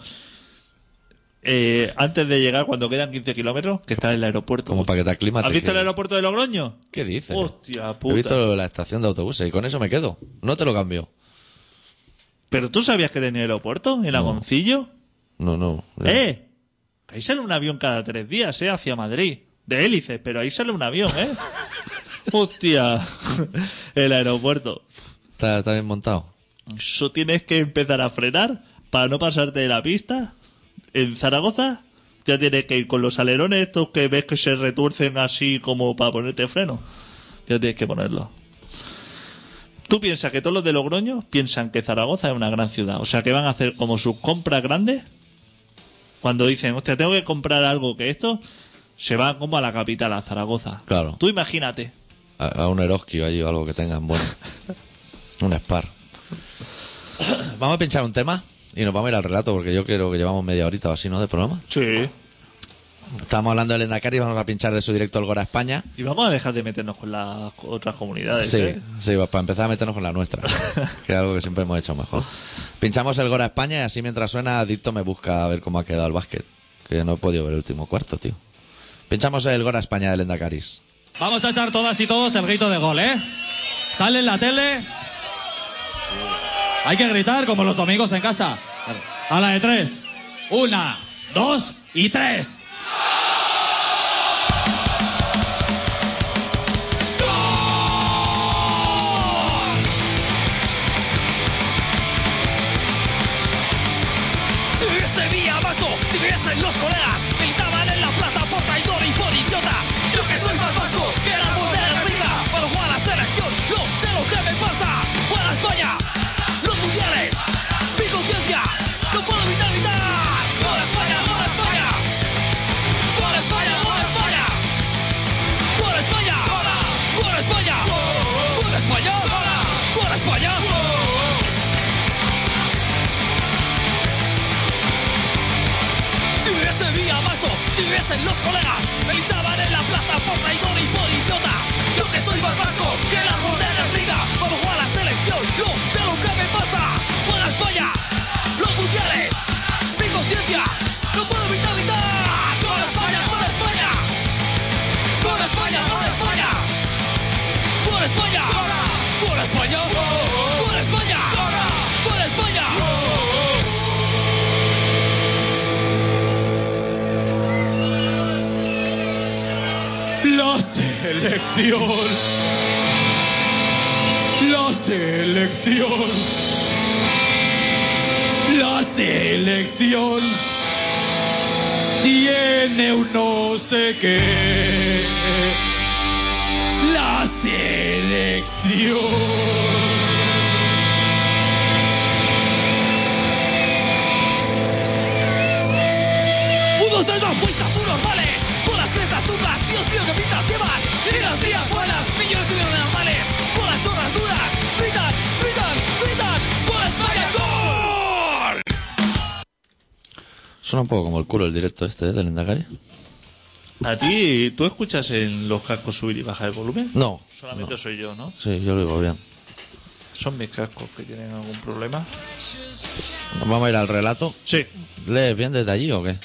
antes de llegar cuando quedan 15 kilómetros, que está en el aeropuerto.
Como para que te aclimates.
¿Has visto el
que-
aeropuerto de Logroño?
¿Qué dices?
Hostia
He
puta.
visto la estación de autobuses y con eso me quedo. No te lo cambio.
¿Pero tú sabías que tenía aeropuerto en Agoncillo?
No.
Ahí sale un avión cada 3 días, hacia Madrid. De hélices, pero ahí sale un avión, Hostia. El aeropuerto.
Está bien montado.
Eso tienes que empezar a frenar para no pasarte de la pista. En Zaragoza ya tienes que ir con los alerones estos que ves que se retuercen así como para ponerte freno. Ya tienes que ponerlo. Tú piensas que todos los de Logroño piensan que Zaragoza es una gran ciudad. O sea, que van a hacer como sus compras grandes. Cuando dicen, hostia, tengo que comprar algo que esto, se van como a la capital, a Zaragoza.
Claro.
Tú imagínate.
A un Eroski allí o algo que tengan bueno. Un Spar. Vamos a pinchar un tema y nos vamos a ir al relato porque yo creo que llevamos media horita o así, ¿no? De programa.
Sí.
Estamos hablando del Endacari y vamos a pinchar de su directo el Gora España.
Y vamos a dejar de meternos con las otras comunidades.
Sí,
¿eh?
sí, para empezar a meternos con la nuestra, que es algo que siempre hemos hecho mejor. Pinchamos el Gora España y así mientras suena, Adicto me busca a ver cómo ha quedado el básquet, que no he podido ver el último cuarto, tío. Pinchamos el Gora España del Endacaris.
Vamos a echar todas y todos el grito de gol, ¿eh? Sale en la tele. Hay que gritar como los domingos en casa. A la de 3. 1, 2 y 3.
Si hubiese día macho, si hubiesen los colegas, pensaban en la plaza por traidor y por idiota. Yo que soy más vasco que el árbol de la rica, cuando juega la selección, no sé lo que me pasa. Juega España, los mundiales, mi conciencia, no puedo evitar gritar. ¡Gol España, gol España! ¡Gol España, gol España! ¡Gol España! ¡Gol España! ¡Gol España! ¡Gol España! Si hubiese día macho, si hubiesen los colegas, me lizaban en la plaza por traidor y por idiota. Yo que soy más vasco que el árbol de la rica, cuando juega la selección,
selección. La selección. La selección tiene un no sé qué. La selección.
Unos más vueltas normales, con las crestas turcas, Dios mío, que pintas llevan. Y las vías buenas, millones de normales, con las zorras duras, gritan, gritan, gritan, por España, ¡gol!
Suena un poco como el culo el directo este, del Endacari.
¿A ti, tú escuchas en los cascos subir y bajar el volumen?
No.
Solamente
no.
soy yo, ¿no?
Sí, yo lo digo bien.
¿Son mis cascos que tienen algún problema?
¿Nos vamos a ir al relato?
Sí.
¿Lees bien desde allí o qué?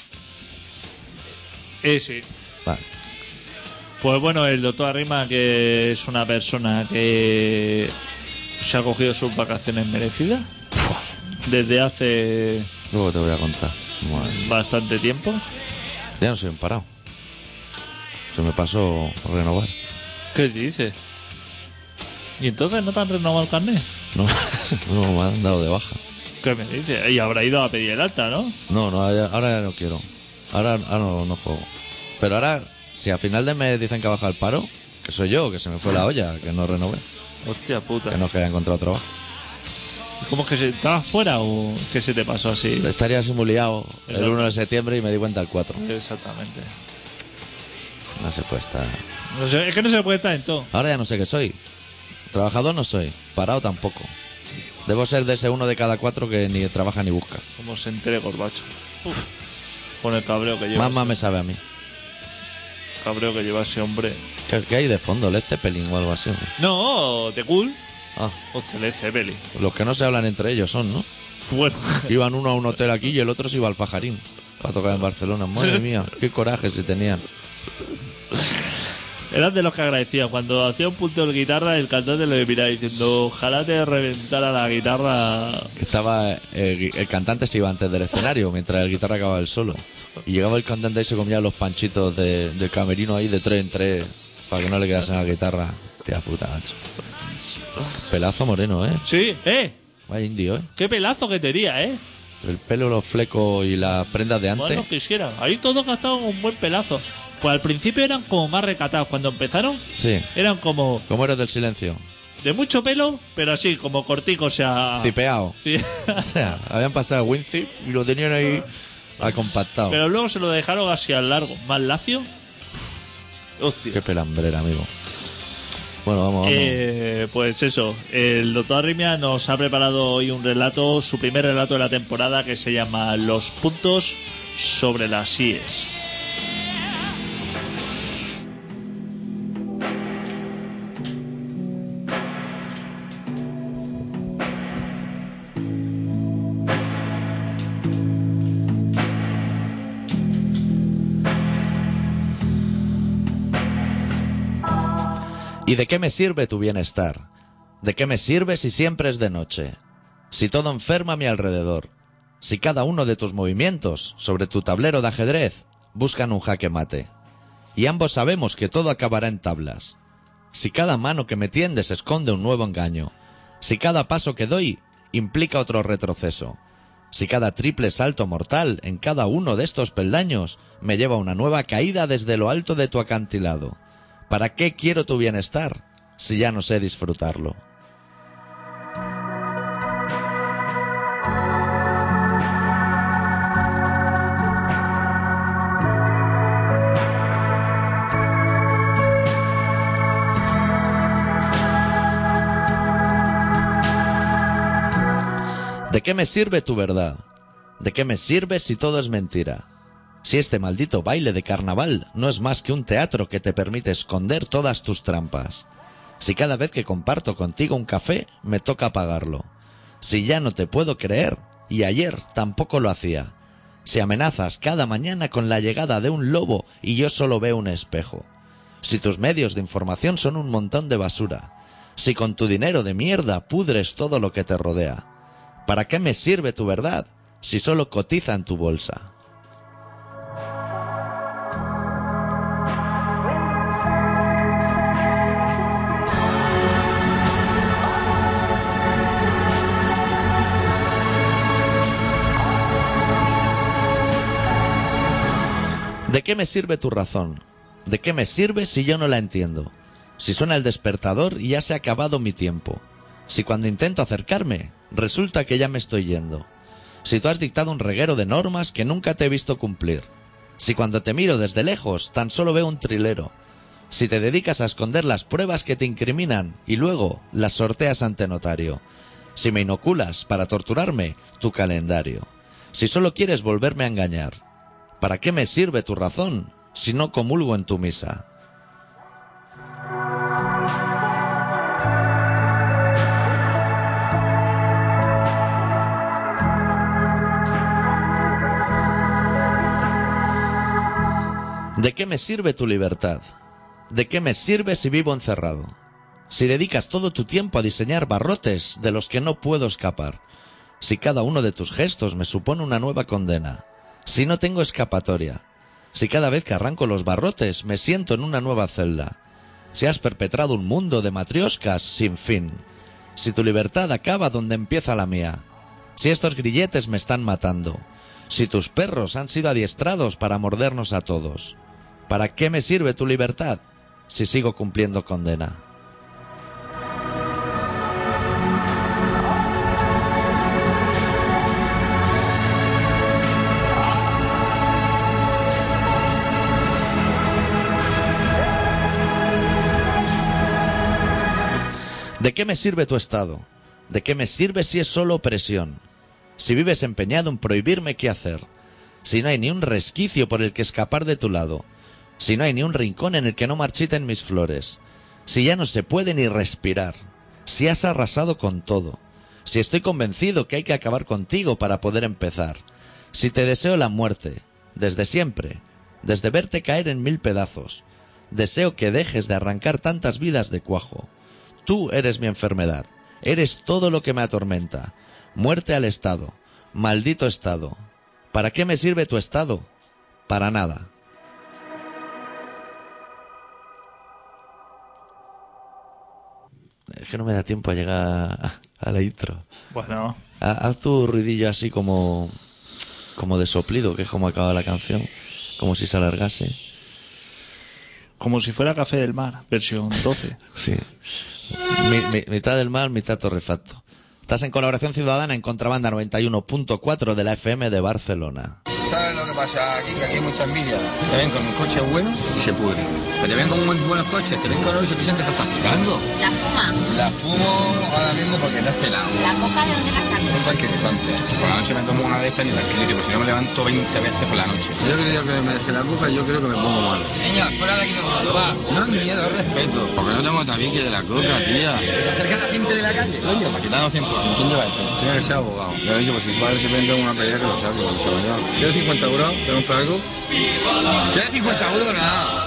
Sí.
Vale.
Pues bueno, el doctor Arrima, que es una persona que se ha cogido sus vacaciones merecidas desde hace
Luego te voy a contar. Bueno,
bastante tiempo.
ya no soy un parado. Se me pasó por renovar.
¿Qué dices? ¿Y entonces no te han renovado el carnet?
No, no me han dado de baja.
¿Qué me dices? Y habrá ido a pedir el alta, ¿no?
No, ahora ya no quiero. Ahora no juego. Pero ahora, si a final de mes dicen que baja el paro, que soy yo, que se me fue la olla, que no renové,
Hostia puta.
que no es que haya encontrado trabajo.
¿Cómo es que estabas fuera o qué se te pasó así?
Estaría así muy liado el
Exacto.
1 de septiembre y me di cuenta el 4.
Exactamente.
No se puede estar.
No sé, es que no se puede estar en todo.
Ahora ya no sé qué soy. Trabajador no soy, parado tampoco. Debo ser de ese uno de cada 4 que ni trabaja ni busca.
Como se entere Gorbacho. Uf. Con el cabreo que lleva.
Más me sabe a mí.
Cabreo que lleva ese hombre.
¿Qué hay de fondo? ¿Led Zeppelin o algo así?
No, The Cool.
Ah,
Hostia, Led Zeppelin.
los que no se hablan entre ellos son, ¿no?
Bueno.
Iban uno a un hotel aquí y el otro se iba al Fajarín para tocar en Barcelona. Madre mía, qué coraje se tenían.
Eran de los que agradecía. Cuando hacía un punto de guitarra, el cantante le miraba diciendo: ojalá te reventara la guitarra.
Estaba el cantante se iba antes del escenario mientras el guitarra acababa el solo. Y llegaba el cantante y se comía los panchitos del camerino ahí de 3 en 3 para que no le quedase en la guitarra. Tía puta, macho. Pelazo moreno, ¿eh?
Sí,
Vaya indio, ¿eh?
qué pelazo que tenía,
El pelo, los flecos y las prendas de antes.
Bueno, quisiera. Ahí todos gastaban un buen pelazo. Pues al principio eran como más recatados. Cuando empezaron,
Sí.
eran como
¿Cómo eres del silencio?
de mucho pelo, pero así, como cortico, o sea.
Cipeado.
Sí.
O sea, habían pasado el WinZip y lo tenían ahí acompactado.
Pero luego se lo dejaron así al largo, más lacio. Hostia.
Qué pelambrera, amigo. Bueno, vamos.
Pues eso, el doctor Arrimia nos ha preparado hoy un relato, su primer relato de la temporada, que se llama Los puntos sobre las IES.
¿Y de qué me sirve tu bienestar? ¿De qué me sirve si siempre es de noche? Si todo enferma a mi alrededor. Si cada uno de tus movimientos sobre tu tablero de ajedrez buscan un jaque mate. Y ambos sabemos que todo acabará en tablas. Si cada mano que me tiendes esconde un nuevo engaño. Si cada paso que doy implica otro retroceso. Si cada triple salto mortal en cada uno de estos peldaños me lleva a una nueva caída desde lo alto de tu acantilado. ¿Para qué quiero tu bienestar si ya no sé disfrutarlo? ¿De qué me sirve tu verdad? ¿De qué me sirve si todo es mentira? Si este maldito baile de carnaval no es más que un teatro que te permite esconder todas tus trampas. Si cada vez que comparto contigo un café me toca pagarlo. Si ya no te puedo creer, y ayer tampoco lo hacía. Si amenazas cada mañana con la llegada de un lobo y yo solo veo un espejo. Si tus medios de información son un montón de basura. Si con tu dinero de mierda pudres todo lo que te rodea. ¿Para qué me sirve tu verdad si solo cotiza en tu bolsa? ¿De qué me sirve tu razón? ¿De qué me sirve si yo no la entiendo? Si suena el despertador y ya se ha acabado mi tiempo. Si cuando intento acercarme, resulta que ya me estoy yendo. Si tú has dictado un reguero de normas que nunca te he visto cumplir. Si cuando te miro desde lejos tan solo veo un trilero. Si te dedicas a esconder las pruebas que te incriminan y luego las sorteas ante notario. Si me inoculas para torturarme tu calendario. Si solo quieres volverme a engañar. ¿Para qué me sirve tu razón si no comulgo en tu misa? ¿De qué me sirve tu libertad? ¿De qué me sirve si vivo encerrado? Si dedicas todo tu tiempo a diseñar barrotes de los que no puedo escapar. Si cada uno de tus gestos me supone una nueva condena. Si no tengo escapatoria. Si cada vez que arranco los barrotes me siento en una nueva celda. Si has perpetrado un mundo de matrioscas sin fin. Si tu libertad acaba donde empieza la mía. Si estos grilletes me están matando. Si tus perros han sido adiestrados para mordernos a todos. ¿Para qué me sirve tu libertad si sigo cumpliendo condena? ¿De qué me sirve tu estado? ¿De qué me sirve si es solo opresión? Si vives empeñado en prohibirme qué hacer. Si no hay ni un resquicio por el que escapar de tu lado. Si no hay ni un rincón en el que no marchiten mis flores. Si ya no se puede ni respirar. Si has arrasado con todo. Si estoy convencido que hay que acabar contigo para poder empezar. Si te deseo la muerte, desde siempre, desde verte caer en 1000 pedazos. Deseo que dejes de arrancar tantas vidas de cuajo. Tú eres mi enfermedad. Eres todo lo que me atormenta. Muerte al Estado. Maldito Estado. ¿Para qué me sirve tu Estado? Para nada. Es que no me da tiempo a llegar a la intro.
Bueno,
Haz tu ruidillo así como de soplido, que es como acaba la canción. Como si se alargase.
como si fuera Café del Mar, versión 12.
Sí. Mitad del mar, mitad torrefacto. Estás en Colaboración Ciudadana en Contrabanda 91.4 de la FM de Barcelona.
¿Sabes lo que pasa aquí? Que aquí hay mucha envidia. Te ven con coches buenos y se pudren. Pero te ven con muy buenos coches, te ven con oro y se piensan que te estás fijando.
¿La fuma?
La fumo ahora mismo porque no he cenado.
¿La coca de dónde la saco?
Un tranquilizante. Por la noche me tomo una de estas ni tranquilito, porque si no me levanto 20 veces por la noche. Yo creo que me deje la coca y yo creo que me pongo malo. Niña, fuera de aquí de momento, va. No es miedo, es respeto. Porque no tengo tabique de la coca, tía. ¿Se acerca la gente de la calle, coño? Para quitarnos 100%. ¿Quién lleva eso? Tiene que ser abogado. Le he dicho, pues sus padres se meten en una pelea que lo sabe, que se lo lleva. ¿Quieres 50 euros? ¿Te compras algo? ¿Quieres 50 euros? Nada.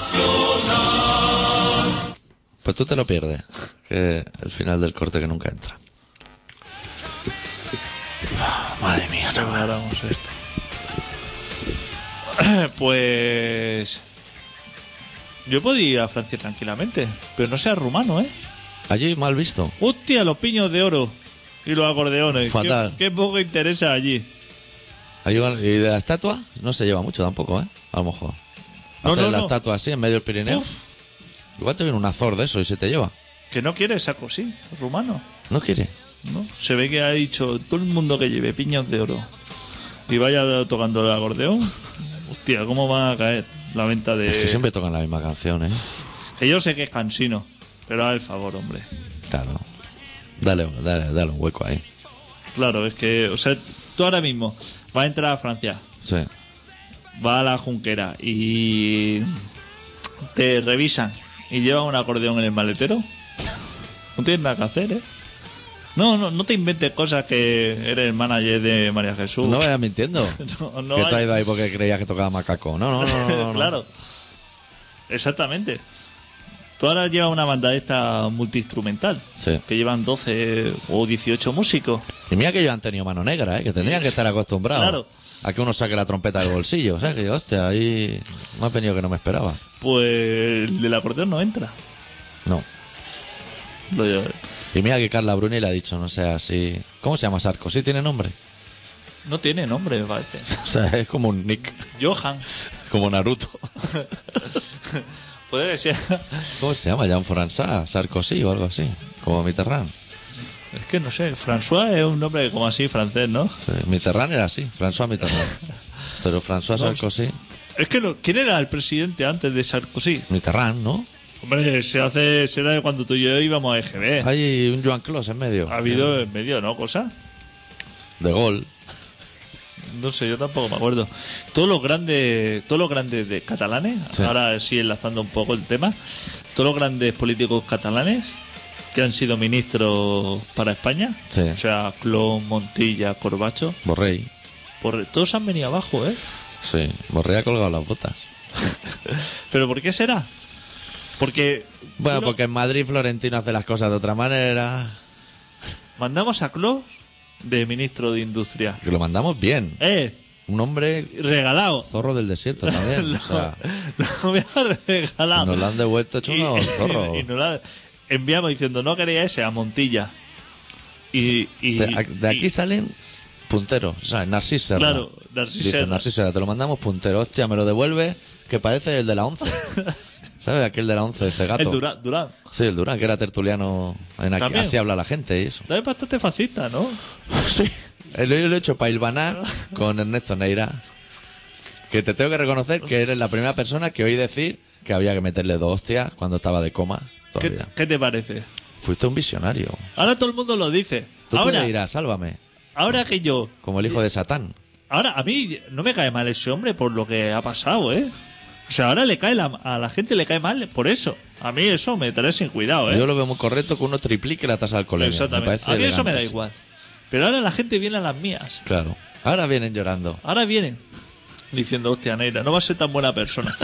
Pues tú te lo pierdes. Que el final del corte que nunca entra. Madre mía, chaval.
Ahora vamos a esto. Pues... yo puedo ir a Francia tranquilamente, pero no seas rumano, ¿eh?
Allí mal visto.
Hostia, los piños de oro y los acordeones.
Fatal.
Qué poco interesa allí.
Allí van- y de la estatua no se lleva mucho tampoco, ¿eh? A lo mejor.
No,
Hacer
no,
la
no.
estatua así en medio del Pirineo.
Uf,
Igual te viene un azor de eso y se te lleva.
que no quiere saco, sí, rumano.
¿No quiere?
¿No? Se ve que ha dicho todo el mundo que lleve piños de oro y vaya tocando el acordeón. Hostia, ¿cómo va a caer la venta de...?
Es que siempre tocan la misma canción, ¿eh?
Que yo sé que es cansino, pero haz el favor, hombre.
Claro. Dale un hueco ahí.
Claro, es que, o sea, tú ahora mismo vas a entrar a Francia,
Sí.
vas a la Junquera y te revisan y llevas un acordeón en el maletero. No tienes nada que hacer, ¿eh? No te inventes cosas que eres el manager de María Jesús.
No vayas mintiendo.
No
que te
vayas-
has ido ahí porque creías que tocaba macaco. No.
Claro. Exactamente. Tú ahora llevas una banda esta multiinstrumental.
Sí.
Que llevan 12 o 18 músicos.
Y mira que ellos han tenido mano negra, ¿eh? Que tendrían que estar acostumbrados.
Claro.
A que uno saque la trompeta del bolsillo. O sea, que hostia, ahí me ha venido que no me esperaba.
Pues el del acordeón no entra.
No.
Lo lleva-
Y mira que Carla Bruni le ha dicho, no sé, así... ¿Cómo se llama Sarko? ¿Sí tiene nombre?
No tiene nombre, me parece.
O sea, es como un nick.
Johan.
Como Naruto.
Puede que sea.
¿Cómo se llama? Jean-François Sarkozy o algo así. Como Mitterrand.
Es que no sé, François es un nombre como así francés, ¿no?
Sí, Mitterrand era así, François Mitterrand. Pero François Sarkozy...
Es que no, ¿quién era el presidente antes de Sarkozy?
Mitterrand, ¿no?
Hombre, será de cuando tú y yo íbamos a EGB.
Hay un Joan Clos en medio.
Ha habido en medio, ¿no? Cosa.
De gol.
No sé, yo tampoco me acuerdo. Todos los grandes de catalanes,
Sí.
ahora sí enlazando un poco el tema, todos los grandes políticos catalanes que han sido ministros para España,
Sí.
o sea, Clon, Montilla, Corbacho,
Borrell.
todos han venido abajo, ¿eh?
Sí, Borrell ha colgado las botas.
¿Pero por qué será? Porque
Bueno, porque en Madrid Florentino hace las cosas de otra manera.
mandamos a Clon de ministro de Industria.
Que lo mandamos bien. Un hombre
Regalado.
zorro del desierto también. O sea,
Lo voy a regalado.
nos lo han devuelto hecho unos zorros.
y nos la enviamos diciendo no quería ese a Montilla. Y
O sea, de aquí salen punteros. O sea, Narcís Serra.
Claro, Narcís
Dice,
Serra.
Narcís Serra, te lo mandamos puntero. Hostia, me lo devuelve que parece el de la 11. ¿Sabes? Aquel de la 11, ese gato.
el Durán.
Sí, el Durán, que era tertuliano.
También.
Así habla la gente y eso.
Es bastante fascista, ¿no?
Sí. Yo lo he hecho para hilvanar con Ernesto Neira. Que te tengo que reconocer que eres la primera persona que oí decir que había que meterle 2 hostias cuando estaba de coma. Todavía.
¿Qué te parece?
Fuiste un visionario.
Ahora todo el mundo lo dice.
Tú
Ahora,
puedes ir a Sálvame,
ahora que yo...
como el hijo de Satán.
Ahora, a mí no me cae mal ese hombre por lo que ha pasado, ¿eh? O sea, ahora a la gente le cae mal por eso. A mí eso me trae sin cuidado, ¿eh?
Yo lo veo muy correcto que uno triplique la tasa de alcoholemia.
Exactamente.
Me parece
A mí eso me da
elegante,
igual. Pero ahora la gente viene a las mías.
Claro. Ahora vienen llorando.
Ahora vienen diciendo, hostia, Neira, no va a ser tan buena persona.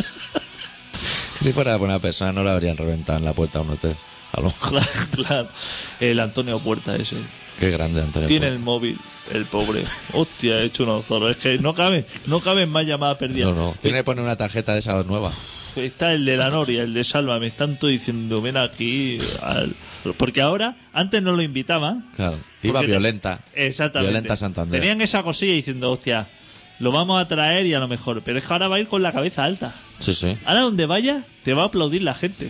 Si fuera buena persona no la habrían reventado en la puerta de un hotel. A lo mejor.
Claro, claro. El Antonio Puerta ese.
Qué grande, Antonio.
Tiene
Puerta.
el móvil, el pobre. Hostia, he hecho unos zorros. Es que no caben más llamadas perdidas.
No. Tiene que poner una tarjeta de esas nueva.
Está el de la Noria, el de Salva, me están todos diciendo, ven aquí. Porque ahora, antes no lo invitaban.
Claro. Iba
Porque
violenta.
Exactamente.
Violenta Santander.
Tenían esa cosilla diciendo, hostia, lo vamos a traer y a lo mejor. Pero es que ahora va a ir con la cabeza alta.
Sí, sí.
Ahora donde vaya, te va a aplaudir la gente.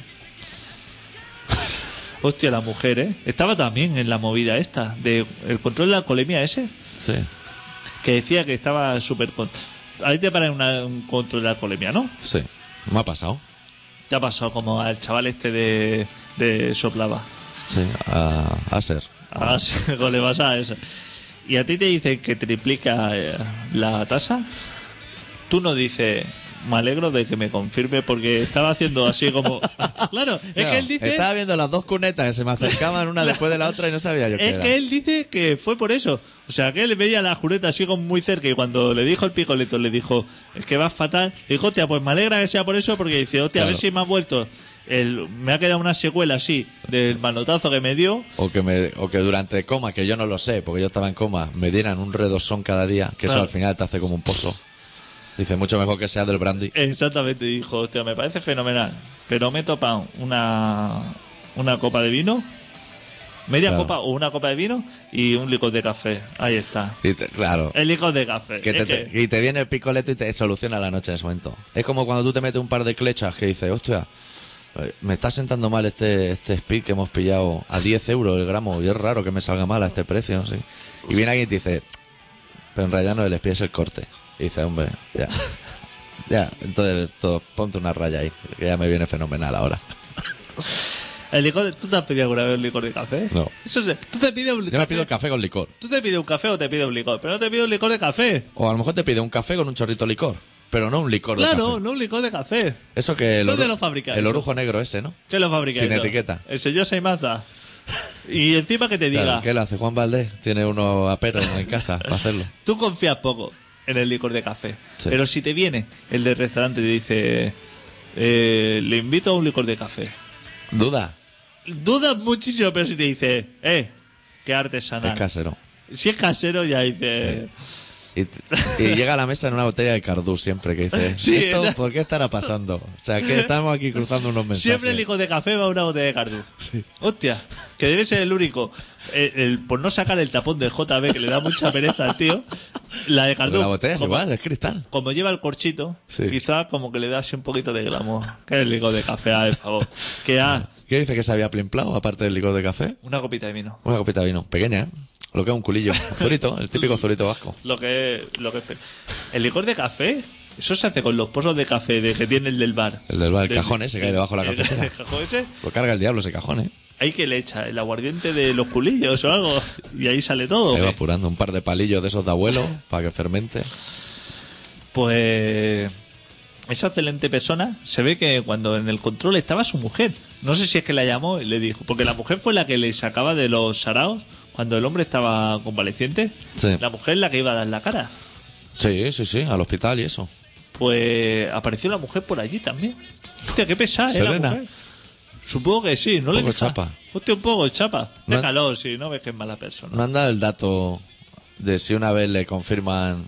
Hostia, la mujer, ¿eh? Estaba también en la movida esta, de el control de la alcoholemia ese,
Sí.
que decía que estaba súper... Ahí te paran un control de la alcoholemia, ¿no?
Sí. Me ha pasado.
Te ha pasado como al chaval este de Soplava.
Sí. A ser.
Ah, sí, le vas a eso. Y a ti te dicen que triplica la tasa. Tú no dices, me alegro de que me confirme porque estaba haciendo así como... Claro, es que él dice...
Estaba viendo las 2 cunetas que se me acercaban una después de la otra y no sabía yo qué
Es
era.
que él dice que fue por eso. O sea, que él veía la jureta así como muy cerca y cuando le dijo el picoleto, le dijo, es que vas fatal. Le dijo, hostia, pues me alegra que sea por eso porque dice, hostia, a ver
Claro.
si me ha vuelto... me ha quedado una secuela así del manotazo que me dio.
O que durante coma, que yo no lo sé, porque yo estaba en coma, me dieran un redosón cada día, que
Claro.
eso al final te hace como un pozo. Dice, mucho mejor que sea del brandy.
Exactamente, dijo, hostia, me parece fenomenal. Pero me he topado una copa de vino, media
Claro.
copa o una copa de vino y un licor de café. Ahí está.
Claro.
El licor de café.
Que
Es que-
y te viene el picoleto y te soluciona la noche en ese momento. Es como cuando tú te metes un par de clechas que dices, hostia, me está sentando mal este speed que hemos pillado a 10 euros el gramo y es raro que me salga mal a este precio, no sé. Y viene alguien y te dice, pero en realidad no el speed, es el corte. Y dice, hombre, ya. Ya, entonces ponte una raya ahí, que ya me viene fenomenal ahora.
el licor ¿Tú te has pedido alguna vez un licor de café?
No.
Eso es, tú te pides un
Yo me pido café con licor.
Tú te pides un café o te pides un licor, pero no te pides un licor de café.
O a lo mejor te pide un café con un chorrito de licor, pero no un licor de
Claro,
café.
no un licor de café.
Eso que el,
¿Dónde
oru-
lo fabrica
el
eso?
orujo negro ese, ¿no?
¿Qué lo fabrica
Sin
eso?
etiqueta.
El señor Seimaza. Y encima que te diga,
Claro, ¿qué lo hace Juan Valdés? Tiene unos aperos en casa para hacerlo.
tú confías poco en el licor de café.
Sí.
Pero si te viene el del restaurante y te dice, le invito a un licor de café.
Duda,
Dudas muchísimo, pero si te dice, qué artesanal.
es casero.
Si es casero, ya dice.
Y llega a la mesa en una botella de Cardú siempre que dice,
Sí,
¿esto
¿verdad?
por qué estará pasando? O sea, que estamos aquí cruzando unos mensajes.
Siempre el licor de café va a una botella de Cardú. Hostia, que debe ser el único. Por no sacar el tapón del JB, que le da mucha pereza al tío, La de
Porque
Cardú.
la botella es
como-
igual, es cristal.
Como lleva el corchito,
Sí.
quizá como que le da así un poquito de glamour. Qué licor de café, por favor.
¿Qué dice que se había plimplado, aparte del licor de café?
Una copita de vino.
Una copita de vino, pequeña, ¿eh? Lo que es un culillo. Zurito, el típico zurito vasco.
Lo que el licor de café, eso se hace con los pozos de café de que tiene el del bar.
El del bar, el cajón ese que hay debajo de la cafetera.
El cajón ese,
Lo carga el diablo ese cajón, ¿eh?
hay que le echa el aguardiente de los culillos o algo y ahí sale todo.
Ahí va
¿o qué?
apurando un par de palillos de esos de abuelo para que fermente.
Pues esa excelente persona se ve que cuando en el control estaba su mujer. No sé si es que la llamó y le dijo, porque la mujer fue la que le sacaba de los saraos cuando el hombre estaba convaleciente.
Sí.
La mujer es la que iba a dar la cara.
Sí, sí, sí, al hospital y eso.
Pues apareció la mujer por allí también. Hostia, qué pesada, la
Serena.
mujer. Supongo que sí, no le
poco
deja.
chapa.
Hostia, un poco chapa.
No-
Déjalo, si no ves que es mala persona.
¿No han dado el dato de si una vez le confirman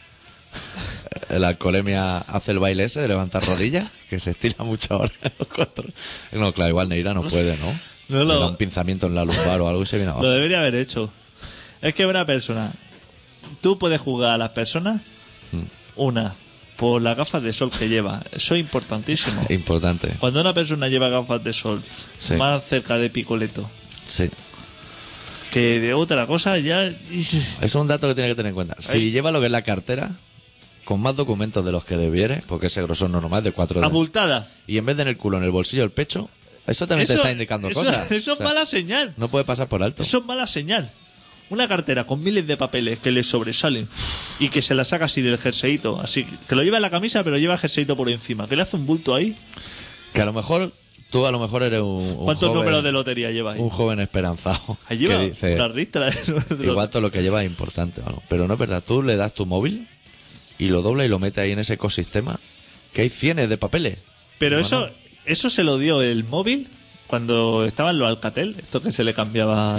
la alcoholemia hace el baile ese de levantar rodillas? Que se estira mucho ahora en los cuatro. No, claro, igual Neira no puede, ¿no?
No
Le
lo-
da un pinzamiento en la lumbar o algo y se viene abajo.
Lo debería haber hecho. Es que una persona. Tú puedes juzgar a las personas. Una, por las gafas de sol que lleva. Eso es importantísimo.
Importante.
Cuando una persona lleva gafas de sol
Sí.
más cerca de Picoleto
Sí.
que de otra cosa, ya.
Es un dato que tiene que tener en cuenta. Si lleva lo que es la cartera, con más documentos de los que debiere, porque ese grosor no normal es de 4 dedos,
Abultada.
y en vez de en el culo, en el bolsillo, el pecho, eso también te está indicando cosas.
Eso
O
es
sea,
mala señal.
no puede pasar por alto.
Eso es mala señal. Una cartera con miles de papeles que le sobresalen y que se la saca así del jerseíto, así que lo lleva en la camisa pero lleva el jerseíto por encima, que le hace un bulto ahí.
Que a lo mejor, tú a lo mejor eres un
¿Cuántos
joven,
números de lotería lleva ahí?
un joven esperanzado.
Ahí lleva
que dice,
una ristra de
igual todo lo que lleva es importante, ¿no? Pero no es verdad. Tú le das tu móvil y lo dobla y lo mete ahí en ese ecosistema que hay cientos de papeles.
Pero
Bueno,
eso se lo dio el móvil cuando estaba en los Alcatel, esto que se le cambiaba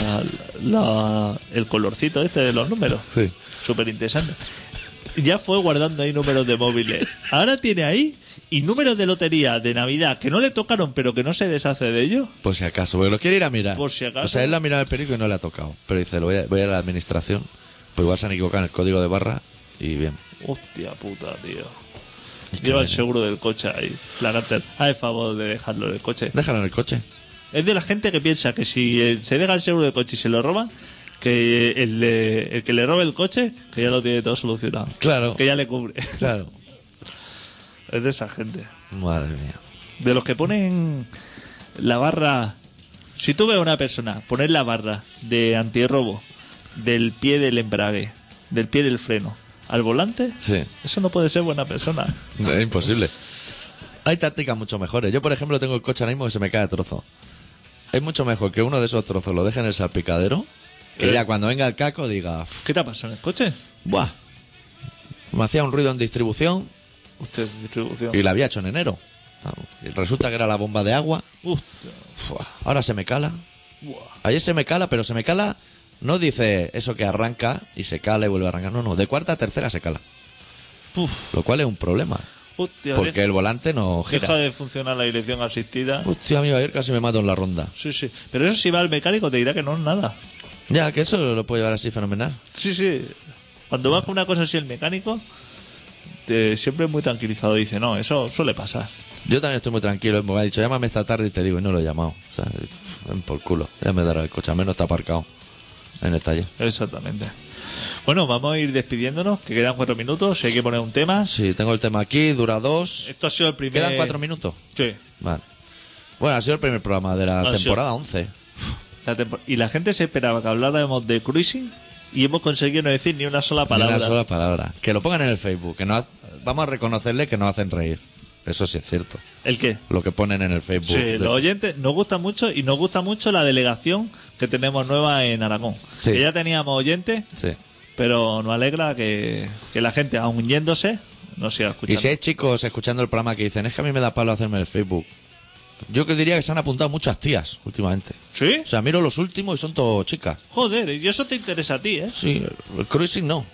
el colorcito este de los números.
Sí.
Súper interesante. Ya fue guardando ahí números de móviles. Ahora tiene ahí y números de lotería de Navidad que no le tocaron pero que no se deshace de ellos.
Por si acaso, porque lo quiere ir a mirar.
Por si acaso.
O sea, él lo ha mirado el periódico y no le ha tocado. Pero dice, voy a la administración. Pues igual se han equivocado en el código de barra y bien.
Hostia puta, tío.
Y que
Lleva el
bueno.
seguro del coche ahí. La cartera. Haz favor de dejarlo en el coche.
Déjalo en el coche.
Es de la gente que piensa que si se deja el seguro del coche y se lo roban, que el que le robe el coche, que ya lo tiene todo solucionado.
Claro.
Que ya le cubre.
Claro.
Es de esa gente.
Madre mía.
De los que ponen la barra. Si tú ves a una persona poner la barra de antirrobo del pie del embrague, del pie del freno, al volante,
Sí.
eso no puede ser buena persona.
Es imposible. Hay tácticas mucho mejores. Yo, por ejemplo, tengo el coche ahora mismo que se me cae a trozo. Es mucho mejor que uno de esos trozos lo deje en el salpicadero, que ya cuando venga el caco diga, "Uf,
¿Qué te ha pasado en el coche?
buah, me hacía un ruido en distribución
Usted, distribución.
y la había hecho en enero. Y resulta que era la bomba de agua.
Hostia.
Buah, ahora se me cala.
Buah.
Ayer se me cala, pero se me cala, no dice eso que arranca y se cala y vuelve a arrancar. No, de cuarta a tercera se cala. Lo cual es un problema.
Hostia,
Porque el volante no
deja
gira.
de funcionar la dirección asistida.
Hostia, amigo, ayer casi me mato en la ronda.
Sí, sí. Pero eso si va al mecánico te dirá que no es nada.
Ya, que eso lo puede llevar así fenomenal.
Sí, sí. Cuando vas con una cosa así el mecánico, siempre es muy tranquilizado. Dice, no, eso suele pasar.
Yo también estoy muy tranquilo. Me ha dicho, llámame esta tarde y te digo, y no lo he llamado. O sea, ven por culo. Ya me dará el coche, al menos está aparcado en el taller.
Exactamente. Bueno, vamos a ir despidiéndonos, que quedan 4 minutos. Si hay que poner un tema.
Sí, tengo el tema aquí, dura 2.
Esto ha sido el primer.
¿Quedan 4 minutos?
Sí.
Vale. Bueno, ha sido el primer programa de la
Ha sido.
temporada 11.
Y la gente se esperaba que habláramos de cruising y hemos conseguido no decir ni una sola
Ni
palabra.
una sola palabra. Que lo pongan en el Facebook. Que vamos a reconocerle que nos hacen reír. Eso sí es cierto.
¿El qué?
Lo que ponen en el Facebook.
Sí, los oyentes nos gusta mucho y nos gusta mucho la delegación que tenemos nueva en Aragón.
Sí.
Que ya teníamos oyentes,
Sí.
pero nos alegra que la gente, aun yéndose, nos siga
Y
escuchando.
si hay chicos escuchando el programa que dicen, es que a mí me da palo hacerme el Facebook. Yo que diría que se han apuntado muchas tías últimamente.
¿Sí?
O sea, miro los últimos y son todas chicas.
Joder, y eso te interesa a ti, ¿eh?
Sí, el cruising no.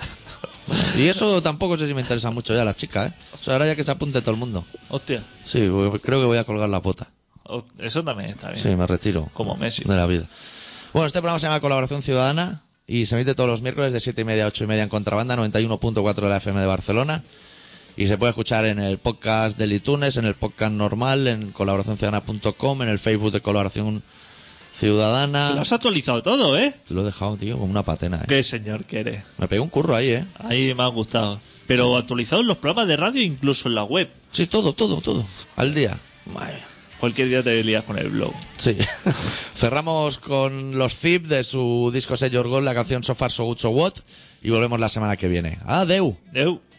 Y eso tampoco sé si me interesa mucho ya las chicas, ¿eh? O sea, ahora ya que se apunte todo el mundo.
Hostia,
Sí, porque creo que voy a colgar la bota.
eso también está bien.
Sí, me retiro.
Como Messi.
De la vida. Bueno, este programa se llama Colaboración Ciudadana. y se emite todos los miércoles de 7:30 a 8:30 en Contrabanda, 91.4 de la FM de Barcelona. Y se puede escuchar en el podcast del iTunes, en el podcast normal, en colaboracionciudadana.com, en el Facebook de Colaboración Ciudadana.
Lo has actualizado todo, ¿eh?
Te lo he dejado, tío, como una patena, ¿eh?
Qué señor que eres.
Me pegué un curro ahí, ¿eh?
Ahí me ha gustado. Pero actualizado en los programas de radio, incluso en la web.
Sí, todo. Al día. Madre mía.
Cualquier día te lías con el blog.
Sí. Cerramos con los Zip de su disco sello Orgón, la canción So Far So Good So What, y volvemos la semana que viene. Adeu.
Adeu.